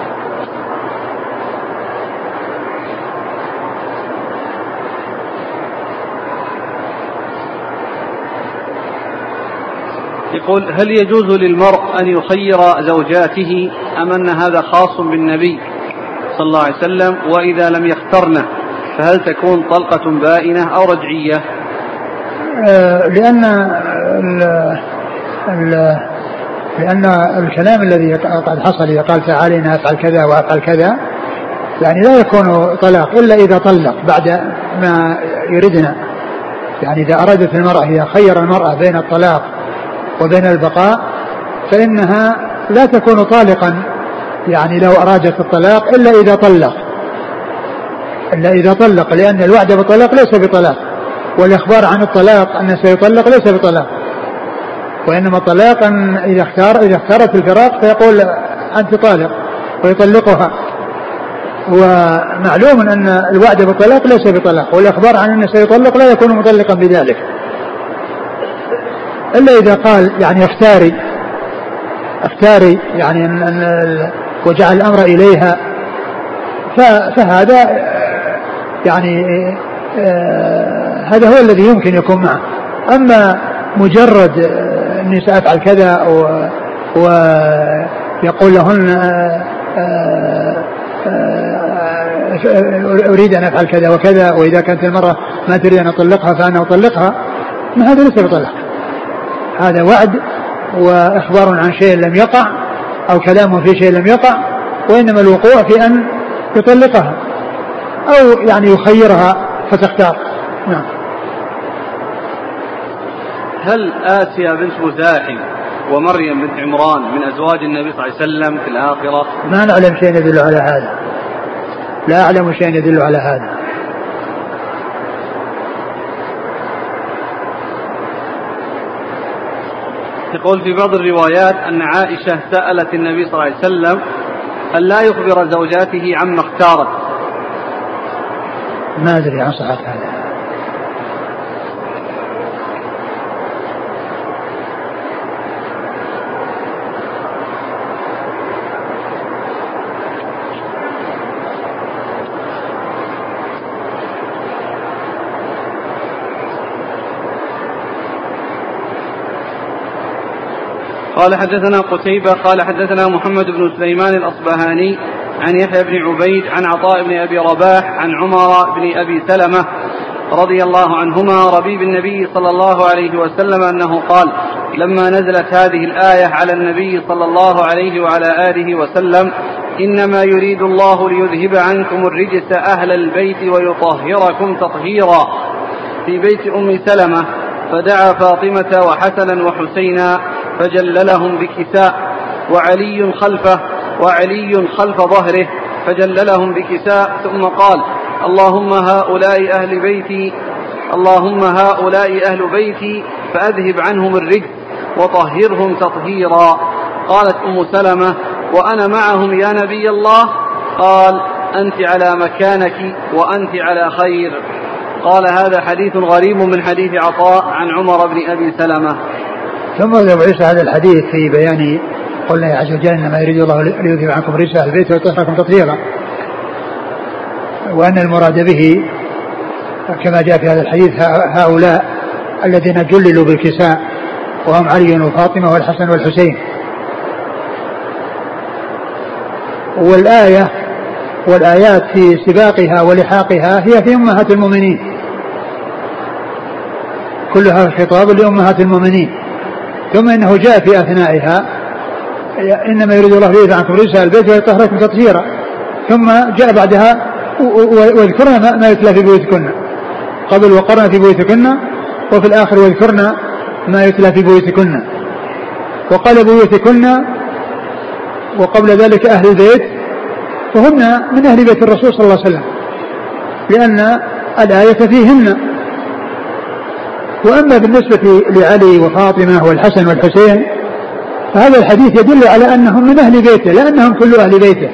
يقول: هل يجوز للمرء أن يخير زوجاته أم أن هذا خاص بالنبي صلى الله عليه وسلم، وإذا لم يخترنه فهل تكون طلقة بائنة أو رجعية؟
آه لأن ال ال لأن الكلام الذي قد حصل يقال تعالي أنا أفعل كذا وأفعل كذا يعني لا يكون طلاق إلا إذا طلق بعد ما يردنا. يعني إذا أرادت المرأة هي خير المرأة بين الطلاق وبين البقاء فإنها لا تكون طالقا يعني لو أرادت الطلاق إلا إذا طلق إلا إذا طلق لأن الوعد بالطلاق ليس بطلاق، والإخبار عن الطلاق أنه سيطلق ليس بطلاق، وإنما الطلاق أن إذا اختار إذا اختارت الفراق فيقول أنت طالق ويطلقها. ومعلوم أن الوعد بالطلاق ليس بطلاق، والإخبار عن أنه سيطلق لا يكون مطلقا بذلك إلا إذا قال يعني اختاري اختاري يعني أن أن وجعل الأمر إليها، فهذا يعني آه هذا هو الذي يمكن يكون معه. أما مجرد أني سأفعل كذا ويقول لهن آه آه أريد أن أفعل كذا وكذا، وإذا كانت المرأة ما تريد أن أطلقها فأنا أطلقها، ما هذا ليس بطلاق، هذا وعد وإخبار عن شيء لم يقع أو كلام في شيء لم يقع، وإنما الوقوع في أن يطلقها أو يعني يخيرها فتختار. نعم.
هل آسيا بنت مزاحم ومريم بنت عمران من أزواج النبي صلى الله عليه وسلم في الآخرة؟
ما نعلم شيء يدل على هذا، لا أعلم شيء يدل على هذا.
يقول: في بعض الروايات أن عائشة سألت النبي صلى الله عليه وسلم أن لا يخبر زوجاته عما اختارت.
ما أدري عن صحة هذا.
قال: حدثنا قتيبة قال حدثنا محمد بن سليمان الأصبهاني عن يحيى بن عبيد عن عطاء بن أبي رباح عن عمر بن أبي سلمة رضي الله عنهما ربيب النبي صلى الله عليه وسلم أنه قال: لما نزلت هذه الآية على النبي صلى الله عليه وعلى آله وسلم: إنما يريد الله ليذهب عنكم الرجس أهل البيت ويطهركم تطهيرا، في بيت أم سلمة، فدعا فاطمة وحسنا وحسينا فجللهم بكساء وعلي خلفه وعلي خلف ظهره فجللهم بكساء، ثم قال: اللهم هؤلاء أهل بيتي اللهم هؤلاء أهل بيتي فأذهب عنهم الرجس وطهرهم تطهيرا. قالت أم سلمة: وأنا معهم يا نبي الله؟ قال: أنت على مكانك وأنت على خير. قال: هذا حديث غريب من حديث عطاء عن عمر بن أبي سلمة.
ثم ذهب عيسى هذا الحديث في بيان قول الله عز وجل: إنما يريد الله ليذهب عنكم رجس أهل البيت ويطهركم تطهيرا، وأن المراد به كما جاء في هذا الحديث هؤلاء الذين جللوا بالكساء وهم علي وفاطمة والحسن والحسين. والآية والآيات في سباقها ولحاقها هي في أمهات المؤمنين، كلها خطاب لأمهات المؤمنين. ثم إنه جاء في أثنائها: إنما يريد الله ليذهب عنكم رجس أهل البيت ويطهركم تطهيرا. ثم جاء بعدها: واذكرن ما يتلى في بيوتكن. قبل وقرن في بيوتكن، وفي الآخر واذكرن ما يتلى في بيوتكن. وقال بيوتكن، وقبل ذلك أهل البيت، فهن من أهل بيت الرسول صلى الله عليه وسلم، لأن الآية فيهن. وأما بالنسبة لعلي وفاطمة والحسن والحسين فهذا الحديث يدل على أنهم من أهل بيته، لأنهم كل أهل بيته،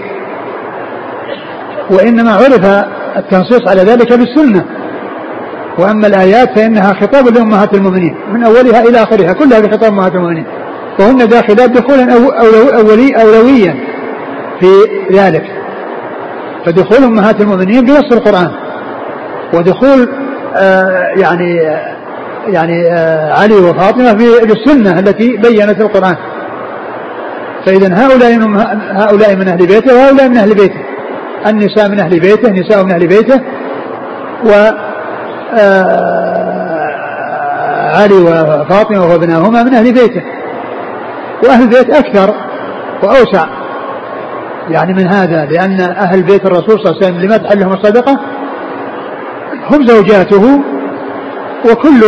وإنما عرف التنصيص على ذلك بالسنة. وأما الآيات فإنها خطاب لأمهات المؤمنين من أولها إلى آخرها، كلها بخطاب أمهات المؤمنين، وهن داخلات دخولا أولي أولويا في ذلك. فدخول أمهات المؤمنين بنص القرآن، ودخول آه يعني يعني علي وفاطمة بالسنة التي بينت القرآن. فإذا هؤلاء هؤلاء من أهل بيته وهؤلاء من أهل بيته، النساء من أهل بيته، نساء من أهل بيته، و علي وفاطمة وابناهما من أهل بيته. وأهل البيت أكثر وأوسع يعني من هذا، لأن أهل بيت الرسول صلى الله عليه وسلم لما تحل لهم الصدقة هم زوجاته وكل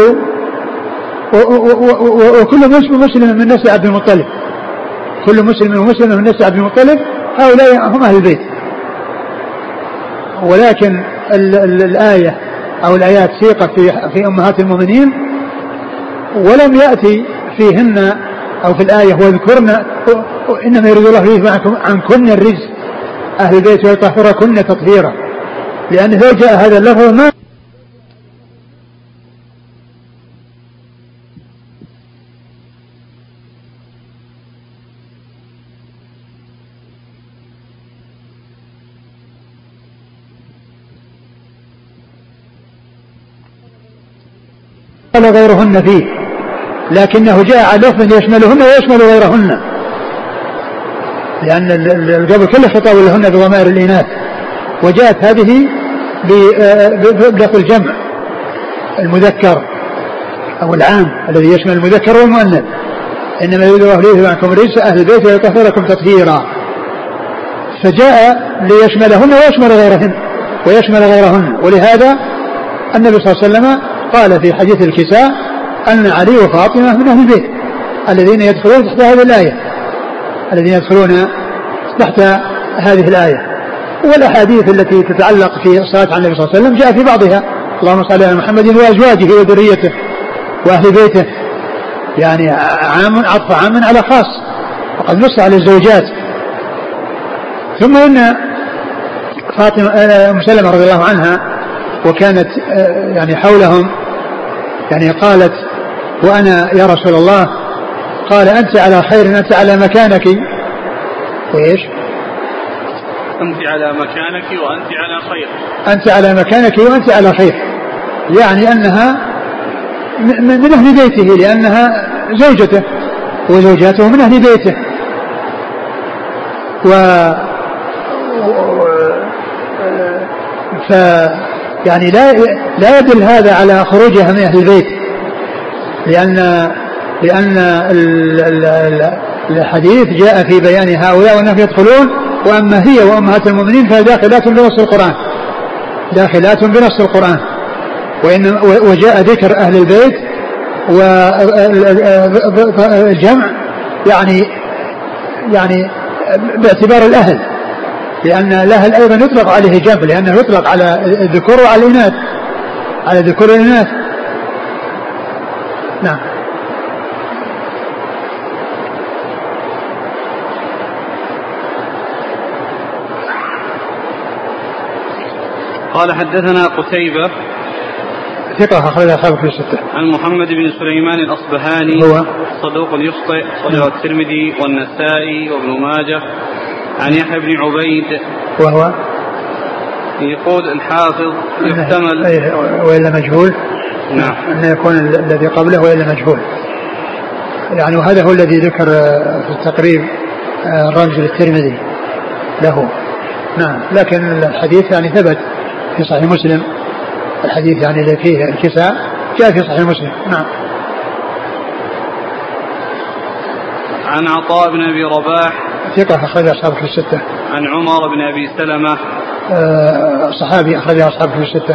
وكل مسلم من نسل عبد المطلب، كل مسلم ومسلم من نسل عبد المطلب هؤلاء هم أهل البيت. ولكن ال ال الآية أو الآيات سيقت في, في أمهات المؤمنين، ولم يأتي فيهن أو في الآية واذكرن إنما يريد الله ليذهب عنكن الرجس أهل البيت ويطهركن تطهيرا، لأن لو جاء هذا اللفظ ما قال غيرهن فيه، لكنه جاء على لفظ يشملهن ويشمل غيرهن، لأن القبل كله خطاب لهن بضمائر الإناث، وجاءت هذه بلفظ الجمع المذكر أو العام الذي يشمل المذكر والمؤنث، إنما يريد الله ليذهب عنكم الرجس أهل البيت ويطهركم تطهيرا، فجاء ليشملهن ويشمل غيرهن ويشمل غيرهن. ولهذا النبي صلى الله عليه وسلم قال في حديث الكساء أن علي وفاطمة من أهل البيت الذين يدخلون تحت هذه الآية، الذين يدخلون تحت هذه الآية. والأحاديث التي تتعلق في الصلاة على النبي صلى الله عليه وسلم جاء في بعضها اللهم صل على محمد وأزواجه وذريته وأهل بيته، يعني عام عطف عام على خاص، وقد نص على الزوجات. ثم إن فاطمة أم سلمة رضي الله عنها وكانت يعني حولهم، يعني قالت وأنا يا رسول الله، قال أنت على خير، أنت على مكانك، وإيش
أنت على مكانك وأنت على خير،
أنت على مكانك وأنت على خير، يعني أنها من أهل بيته لأنها زوجته وزوجاته من أهل بيته. و ف يعني لا لا يدل هذا على خروجها من أهل البيت، لأن لأن الحديث جاء في بيان هؤلاء وأنهم يدخلون، وأما هي وأمهات المؤمنين فداخلات بنص القرآن، داخلات بنص القرآن. وإن وجاء ذكر أهل البيت والجمع يعني يعني باعتبار الأهل، لأن الأهل أيضا يطلق عليه جمع، لأنه يطلق على الذكور وعلى الإناث، على الذكور والإناث. نعم.
قال حدثنا قتيبة
ثقة أخرج أصحابه في الستة.
عن محمد بن سليمان الأصبهاني
هو
صدوق يخطئ، صدر الترمذي والنسائي وابن ماجه. عن يحيى بن عبيد
وهو
يقول الحافظ يحتمل
وإلا مجهول.
نعم.
أن يكون الذي قبله وإلا مجهول، يعني وهذا هو الذي ذكر في التقريب رمز للترمذي له. نعم. لكن الحديث يعني ثبت في صحيح مسلم، الحديث يعني اللي فيه الكساء جاء في صحيح مسلم. نعم.
عن عطاء بن أبي رباح
ثقة أخرج أصحابه في الستة.
عن عمر بن أبي سلمة
أه صحابي أخرج أصحابه في الستة.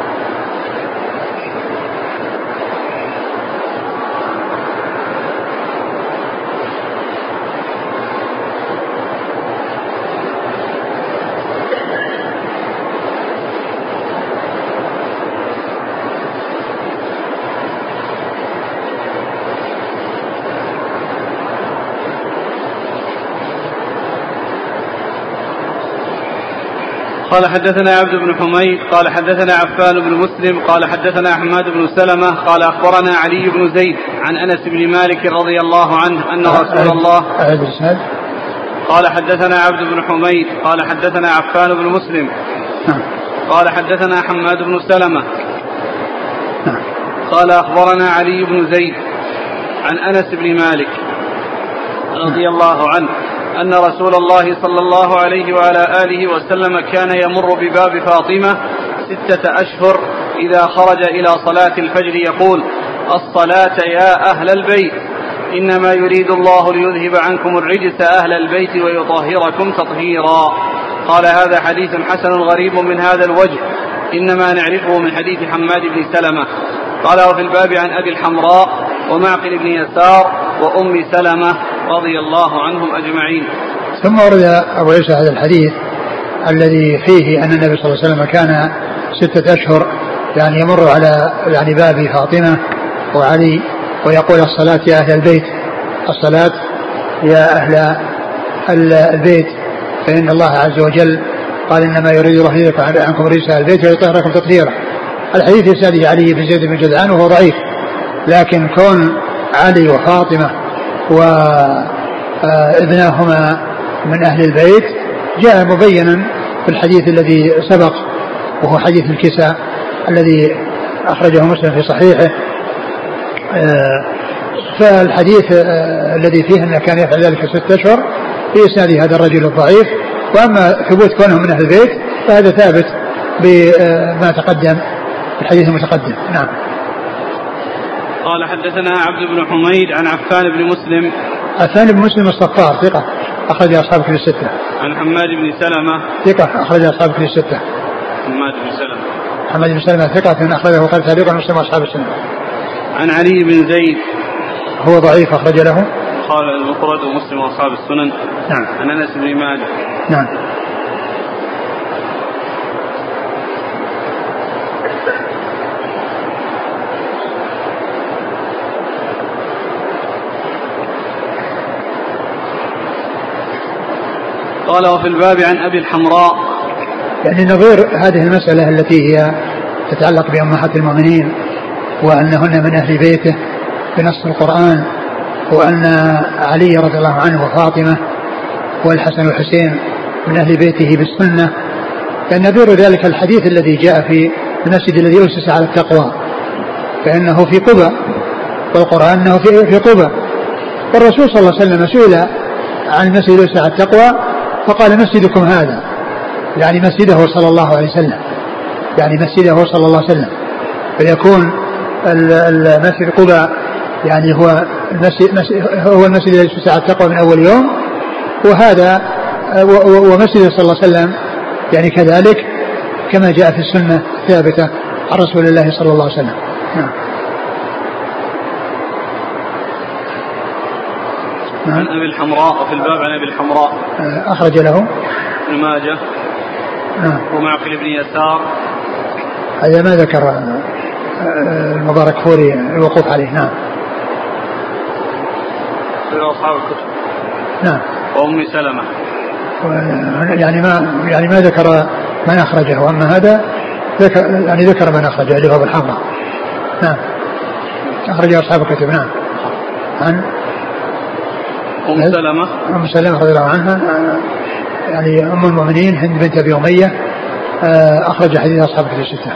قال حدثنا عبد بن حميد قال حدثنا عفان بن مسلم قال حدثنا حماد بن سلمة قال أخبرنا علي بن زيد عن أنس بن مالك رضي الله عنه أن رسول الله قال حدثنا عبد بن حميد قال حدثنا عفان بن مسلم قال حدثنا حماد بن سلمة قال أخبرنا علي بن زيد عن أنس بن مالك رضي الله عنه أن رسول الله صلى الله عليه وعلى آله وسلم كان يمر بباب فاطمة ستة أشهر إذا خرج إلى صلاة الفجر يقول: الصلاة يا أهل البيت، إنما يريد الله ليذهب عنكم الرجس أهل البيت ويطهركم تطهيرا. قال: هذا حديث حسن غريب من هذا الوجه، إنما نعرفه من حديث حماد بن سلمة. قال: وفي الباب عن أبي الحمراء ومعقل بن يسار وأم سلمة رضي الله عنهم أجمعين.
ثم ورد أبو عيسى هذا الحديث الذي فيه أن النبي صلى الله عليه وسلم كان ستة أشهر يعني يمر على يعني باب فاطمة وعلي ويقول: الصلاة يا أهل البيت، الصلاة يا أهل البيت، فإن الله عز وجل قال: إنما يريد الله ليذهب عنكم الرجس أهل البيت ويطهركم تطهيرا. الحديث يسأل علي بن زيد بن جدعان وهو ضعيف، لكن كون علي وفاطمة وابناهما من أهل البيت جاء مبينا في الحديث الذي سبق، وهو حديث الكساء الذي أخرجه مسلم في صحيحه. فالحديث الذي فيه أنه كان يفعل ذلك ستة أشهر في إسناد هذا الرجل الضعيف، وأما ثبوت كونه من أهل البيت فهذا ثابت بما تقدم في الحديث المتقدم. نعم.
قال: حدثنا عبد بن حميد عن عفان بن مسلم.
عفان بن مسلم الصفار ثقة أخرج أصحاب كتب الستة.
عن حماد بن سلمة
ثقة أخرج أصحاب كتب الستة.
حماد بن سلمة
حماد بن سلمة ثقة أخرجه قال تعليقا مسلم وأصحاب السنة.
عن علي بن زيد
هو ضعيف أخرج له
قال المفرد ومسلم وأصحاب السنن.
نعم.
عن أنس بن مالك.
نعم.
قال: وفي الباب عن أبي الحمراء.
يعني نظير هذه المسألة التي هي تتعلق بأمهات المؤمنين وأنهن من أهل بيته بنص القرآن، وأن علي رضي الله عنه وفاطمة والحسن والحسين من أهل بيته بالسنة، كان نظير ذلك الحديث الذي جاء في المسجد الذي أسس على التقوى، فإنه في قبى، والقرآن أنه في قبى. والرسول صلى الله عليه وسلم سئل عن المسجد الذي أسس على التقوى فقال: مسجدكم هذا، يعني مسجده صلى الله عليه وسلم، يعني مسجده صلى الله عليه وسلم. فيكون المسجد قبى يعني هو المسجد, هو المسجد الذي أسس على التقوى من أول يوم، وهذا ومسجد صلى الله عليه وسلم يعني كذلك كما جاء في السنة ثابتة عن رسول الله صلى الله عليه وسلم. نعم.
عن أبي الحمراء، وفي الباب عن أبي الحمراء
أخرج له
ابن ماجه.
نعم.
ومعقل بن يسار
هذا ما ذكر المبارك فوري الوقوف عليه. نعم.
في أصحاب الكتب.
نعم.
وأم سلمة
يعني ما يعني ما ذكر من أخرجه، وأما هذا ذكر يعني ذكر من أخرجه اللي هو بالحمراء. نعم. أخرجه أصحاب الكتب. نعم. عن
أم سلمة
أم سلمة رضي الله عنها يعني أم المؤمنين هند بنت أبي أمية، أخرج حديث أصحاب الكتب الستة.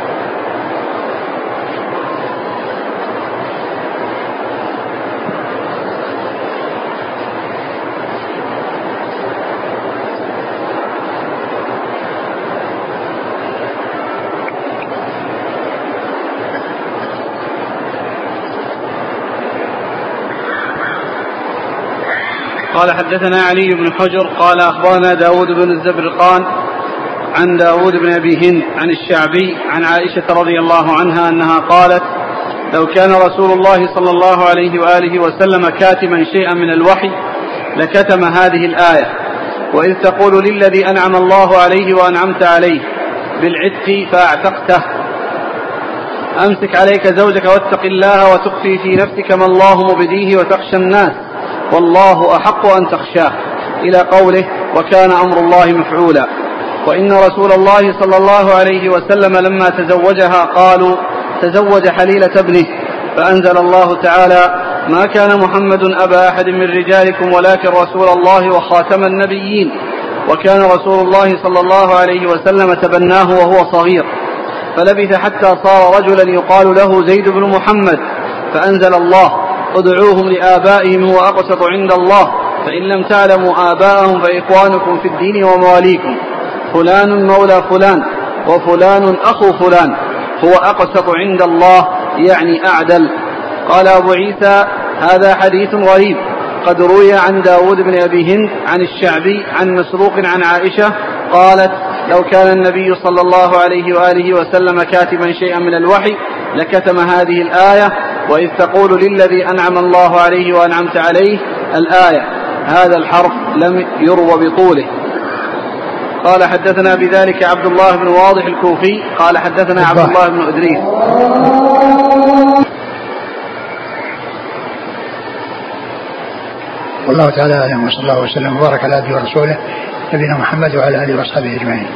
قال: حدثنا علي بن حجر قال: أخبرنا داود بن الزبرقان عن داود بن أبي هند عن الشعبي عن عائشة رضي الله عنها أنها قالت: لو كان رسول الله صلى الله عليه وآله وسلم كاتما شيئا من الوحي لكتم هذه الآية: وإذ تقول للذي أنعم الله عليه وأنعمت عليه بالعتق فأعتقته أمسك عليك زوجك واتق الله وتخفي في نفسك ما الله مبديه وتخشى الناس والله أحق أن تخشاه، إلى قوله: وكان أمر الله مفعولا. وإن رسول الله صلى الله عليه وسلم لما تزوجها قالوا: تزوج حليلة ابنه، فأنزل الله تعالى: ما كان محمد أبا أحد من رجالكم ولكن رسول الله وخاتم النبيين، وكان رسول الله صلى الله عليه وسلم تبناه وهو صغير. فلبث حتى صار رجلا يقال له زيد بن محمد، فأنزل الله: ادعوهم لآبائهم هو أقسط عند الله، فإن لم تعلموا آباءهم فإخوانكم في الدين ومواليكم، فلان مولى فلان وفلان أخو فلان، هو أقسط عند الله يعني أعدل. قال أبو عيسى: هذا حديث غريب، قد روي عن داود بن أبي هند عن الشعبي عن مسروق عن عائشة قالت: لو كان النبي صلى الله عليه وآله وسلم كاتبا شيئا من الوحي لكتم هذه الآية: وإذ تقول للذي أنعم الله عليه وأنعمت عليه، الآية. هذا الحرف لم يروى بطوله. قال: حدثنا بذلك عبد الله بن واضح الكوفي قال: حدثنا عبد الله بن إدريس.
والله تعالى أعلم، وصلى الله وسلم وبارك على عبده ورسوله نبينا محمد وعلى آله وأصحابه أجمعين.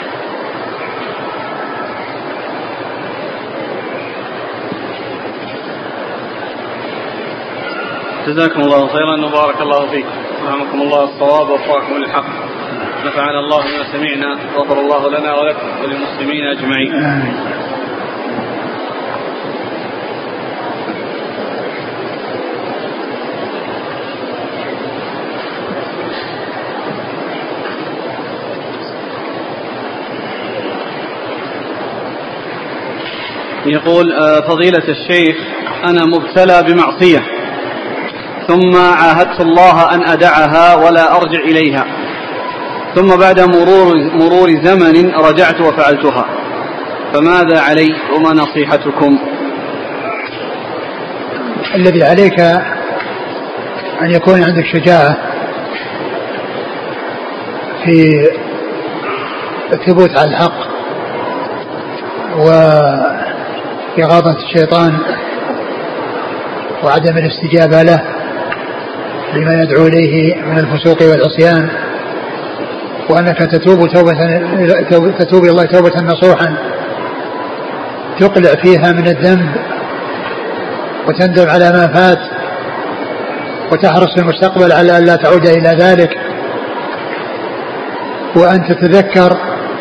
جزاكم الله خيرا وبارك الله فيكم، رحمكم الله الصواب ووفقكم للحق، نفعنا الله بما سمعنا، غفر الله لنا ولكم وللمسلمين أجمعين. آمين. يقول: فضيلة الشيخ، أنا مبتلى بمعصية ثم عاهدت الله أن أدعها ولا أرجع إليها، ثم بعد مرور, مرور زمن رجعت وفعلتها، فماذا علي وما نصيحتكم؟
الذي عليك أن يكون عندك شجاعة في الثبوت على الحق وإغاظة الشيطان وعدم الاستجابة له لما يدعو إليه من الفسوق والعصيان، وأنك تتوب توبة تتوب إلى الله توبة نصوحا تقلع فيها من الذنب وتندم على ما فات وتحرص في المستقبل على أن لا تعود إلى ذلك، وأن تتذكر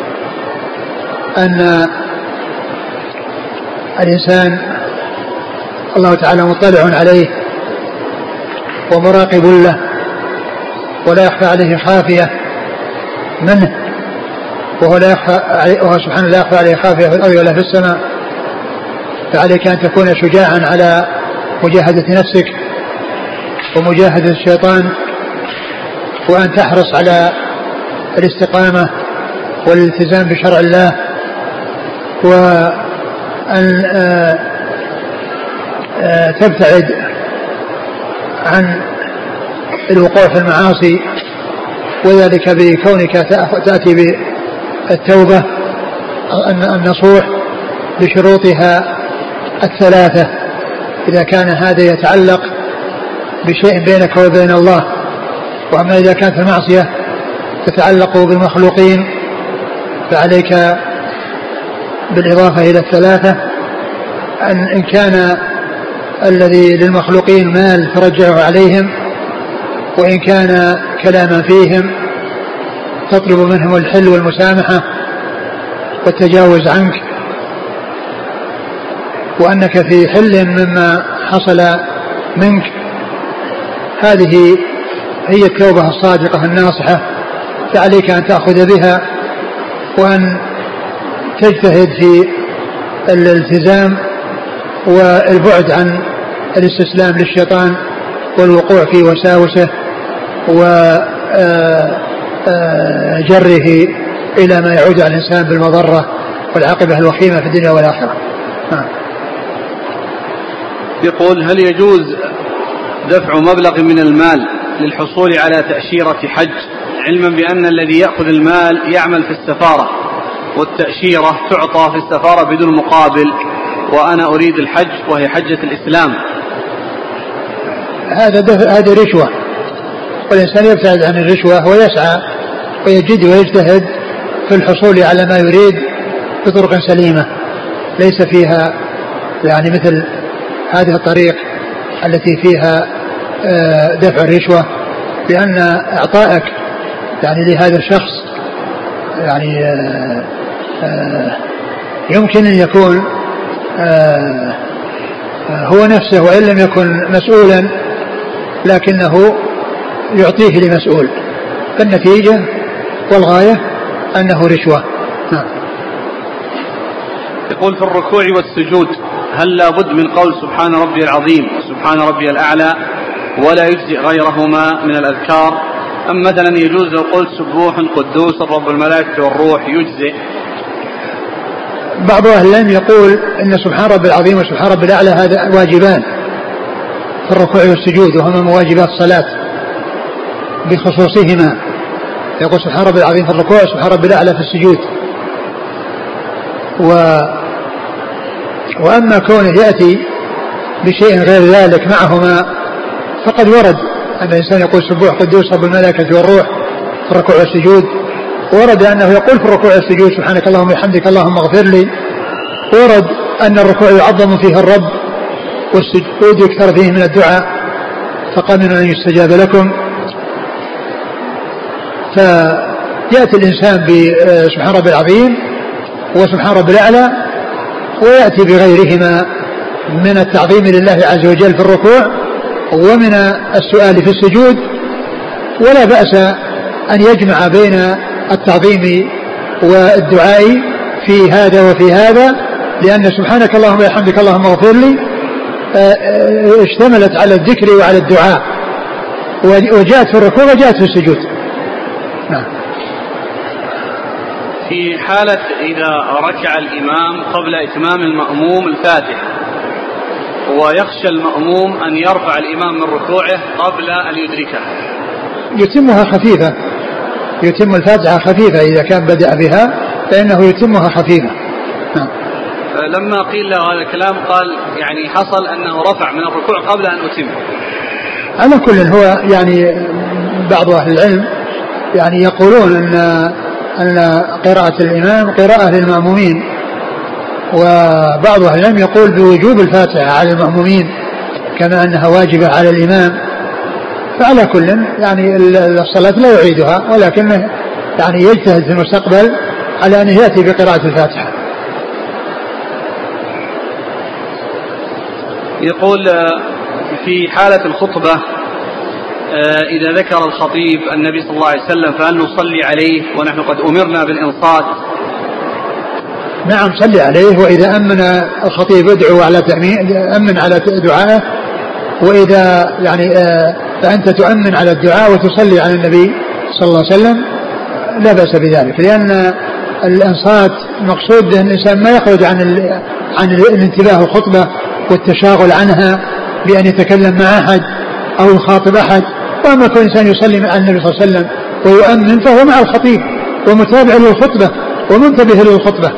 أن الإنسان الله تعالى مطلع عليه ومراقب له ولا يخفى عليه خافية منه، وهو, لا يخفى عليه وهو سبحانه لا يخفى عليه خافية في الأرض ولا في السماء. فعليك أن تكون شجاعا على مجاهدة نفسك ومجاهدة الشيطان، وأن تحرص على الاستقامة والالتزام بشرع الله، وأن تبتعد عن الوقوع في المعاصي، وذلك بكونك تأتي بالتوبة النصوح بشروطها الثلاثة، إذا كان هذا يتعلق بشيء بينك وبين الله. وأما إذا كانت المعصية تتعلق بالمخلوقين فعليك بالإضافة إلى الثلاثة أن إن كان الذي للمخلوقين مال ترجع عليهم، وإن كان كلاما فيهم تطلب منهم الحل والمسامحة والتجاوز عنك، وأنك في حل مما حصل منك. هذه هي التوبة الصادقة الناصحة، فعليك أن تأخذ بها وأن تجتهد في الالتزام والبعد عن الاستسلام للشيطان والوقوع في وساوسه وجره إلى ما يعود على الإنسان بالمضرة والعاقبة الوخيمة في الدنيا والآخرة.
يقول: هل يجوز دفع مبلغ من المال للحصول على تأشيرة حج، علما بأن الذي يأخذ المال يعمل في السفارة والتأشيرة تعطى في السفارة بدون مقابل، وأنا أريد الحج وهي حجة الإسلام؟
هذا هذه رشوة، والإنسان يبتعد عن الرشوة ويسعى ويجد ويجتهد في الحصول على ما يريد بطرق سليمة ليس فيها يعني مثل هذه الطريق التي فيها دفع الرشوة، لأن إعطائك يعني لهذا الشخص يعني يمكن أن يكون آه هو نفسه وإن لم يكن مسؤولا لكنه يعطيه لمسؤول، فالنتيجة والغاية أنه رشوة. نعم.
يقول في الركوع والسجود هل لا بد من قول سبحان ربي العظيم وسبحان ربي الأعلى ولا يجزئ غيرهما من الأذكار، أم مثلا يجوز لو قلت سبوح قدوس رب الملائكة والروح يجزئ؟
بعض أهل العلم يقول إن سبحان ربي العظيم وسبحان ربي الأعلى هذا واجبان في الركوع والسجود وهما مواجبات الصلاة بخصوصهما، يقول سبحان ربي العظيم في الركوع وسبحان ربي الأعلى في السجود. و... وأما كونه يأتي بشيء غير ذلك معهما فقد ورد أن الإنسان يقول سبوح قدوس رب الملائكة والروح في الركوع والسجود، ورد أنه يقول في الركوع والسجود سبحانك اللهم وبحمدك اللهم اغفر لي، ورد أن الركوع يعظم فيه الرب والسجود يكثر فيه من الدعاء فقامنوا أن يستجاب لكم. فيأتي الإنسان بسبحان ربي العظيم وسبحان ربي الأعلى ويأتي بغيرهما من التعظيم لله عز وجل في الركوع ومن السؤال في السجود، ولا بأس أن يجمع بين التعظيم والدعاء في هذا وفي هذا، لأن سبحانك اللهم وبحمدك اللهم اغفر لي اشتملت على الذكر وعلى الدعاء وجاءت في الركوع وجاءت في السجود. نعم.
في حالة إذا ركع الإمام قبل إتمام المأموم الفاتحة ويخشى المأموم أن يرفع الإمام من ركوعه قبل أن يدركه،
يتمها خفيفة، يتم الفاتحة خفيفة إذا كان بدأ بها فإنه يتمها خفيفة. نعم.
لما قيل له هذا الكلام قال يعني حصل أنه رفع من الركوع قبل أن أتم.
على كل هو يعني بعض أهل العلم يعني يقولون أن أن قراءة الإمام قراءة للمأمومين، وبعض أهل العلم يقول بوجوب الفاتحة على المأمومين كما أنها واجبة على الإمام. فعلى كل يعني الصلاة لا يعيدها، ولكنه يعني يجتهد في المستقبل على أن يأتي بقراءة الفاتحة.
يقول في حالة الخطبة إذا ذكر الخطيب النبي صلى الله عليه وسلم فهل نصلي عليه ونحن قد أمرنا بالإنصات؟
نعم صلي عليه، وإذا أمن الخطيب ادعو على تأمين أمن على دعائه، وإذا يعني فأنت تؤمن على الدعاء وتصلي على النبي صلى الله عليه وسلم لا بأس بذلك، لأن الإنصات مقصود أن الإنسان ما يخرج عن عن الانتباه الخطبة والتشاغل عنها بأن يتكلم مع أحد أو يخاطب أحد. وأما كل إنسان يصلي على النبي صلى الله عليه وسلم ويؤمن فهو مع الخطيب ومتابع للخطبة ومنتبه للخطبة.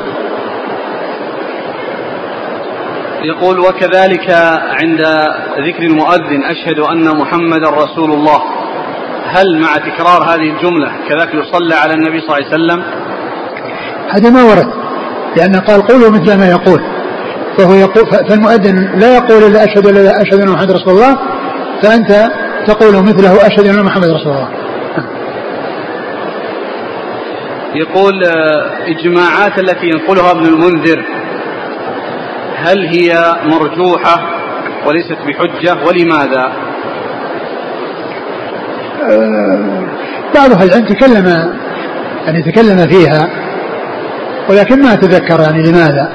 يقول وكذلك عند ذكر المؤذن أشهد أن محمد رسول الله، هل مع تكرار هذه الجملة كذلك يصلى على النبي صلى الله عليه وسلم؟
هذا ما ورد، لأن قال قولوا مثل ما يقول، فهو يقول فالمؤذن لا يقول إلا أشهد لا أشهد أن محمد رسول الله، فأنت تقول مثله أشهد أن محمد رسول الله.
يقول إجماعات التي ينقلها ابن المنذر هل هي مرجوحة وليست بحجة ولماذا؟
أه بعض أهل العلم تكلم يعني تكلم فيها ولكن ما أتذكر يعني لماذا.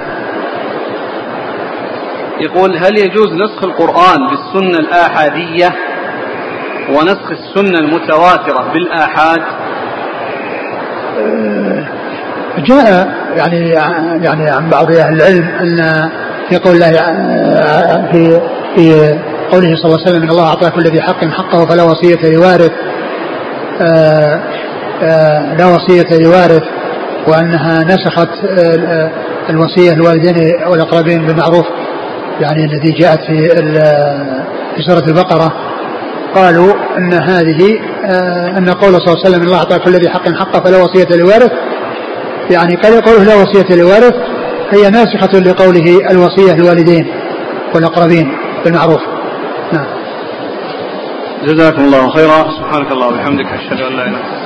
يقول هل يجوز نسخ القرآن بالسنة الآحادية ونسخ السنة المتواترة بالآحاد؟
أه جاء يعني يعني عن بعض أهل العلم أن في قول الله في في قوله صلى الله عليه وسلم ان الله اعطى كل ذي حق حقه فلا وصية لوارث آآ آآ لا وصية لوارث، وانها نسخت الوصية للوالدين والاقربين بالمعروف يعني الذي جاءت في في سورة البقرة. قالوا ان هذه ان قول صلى الله عليه وسلم ان الله اعطى كل ذي حق حقه فلا وصية لوارث، يعني قال قوله لا وصية لوارث هي ناسخة لقوله الوصية للوالدين والأقربين بالمعروف. نعم.
جزاكم الله خيرا. سبحانك الله وبحمدك أشهد أن لا إله إلا أنت.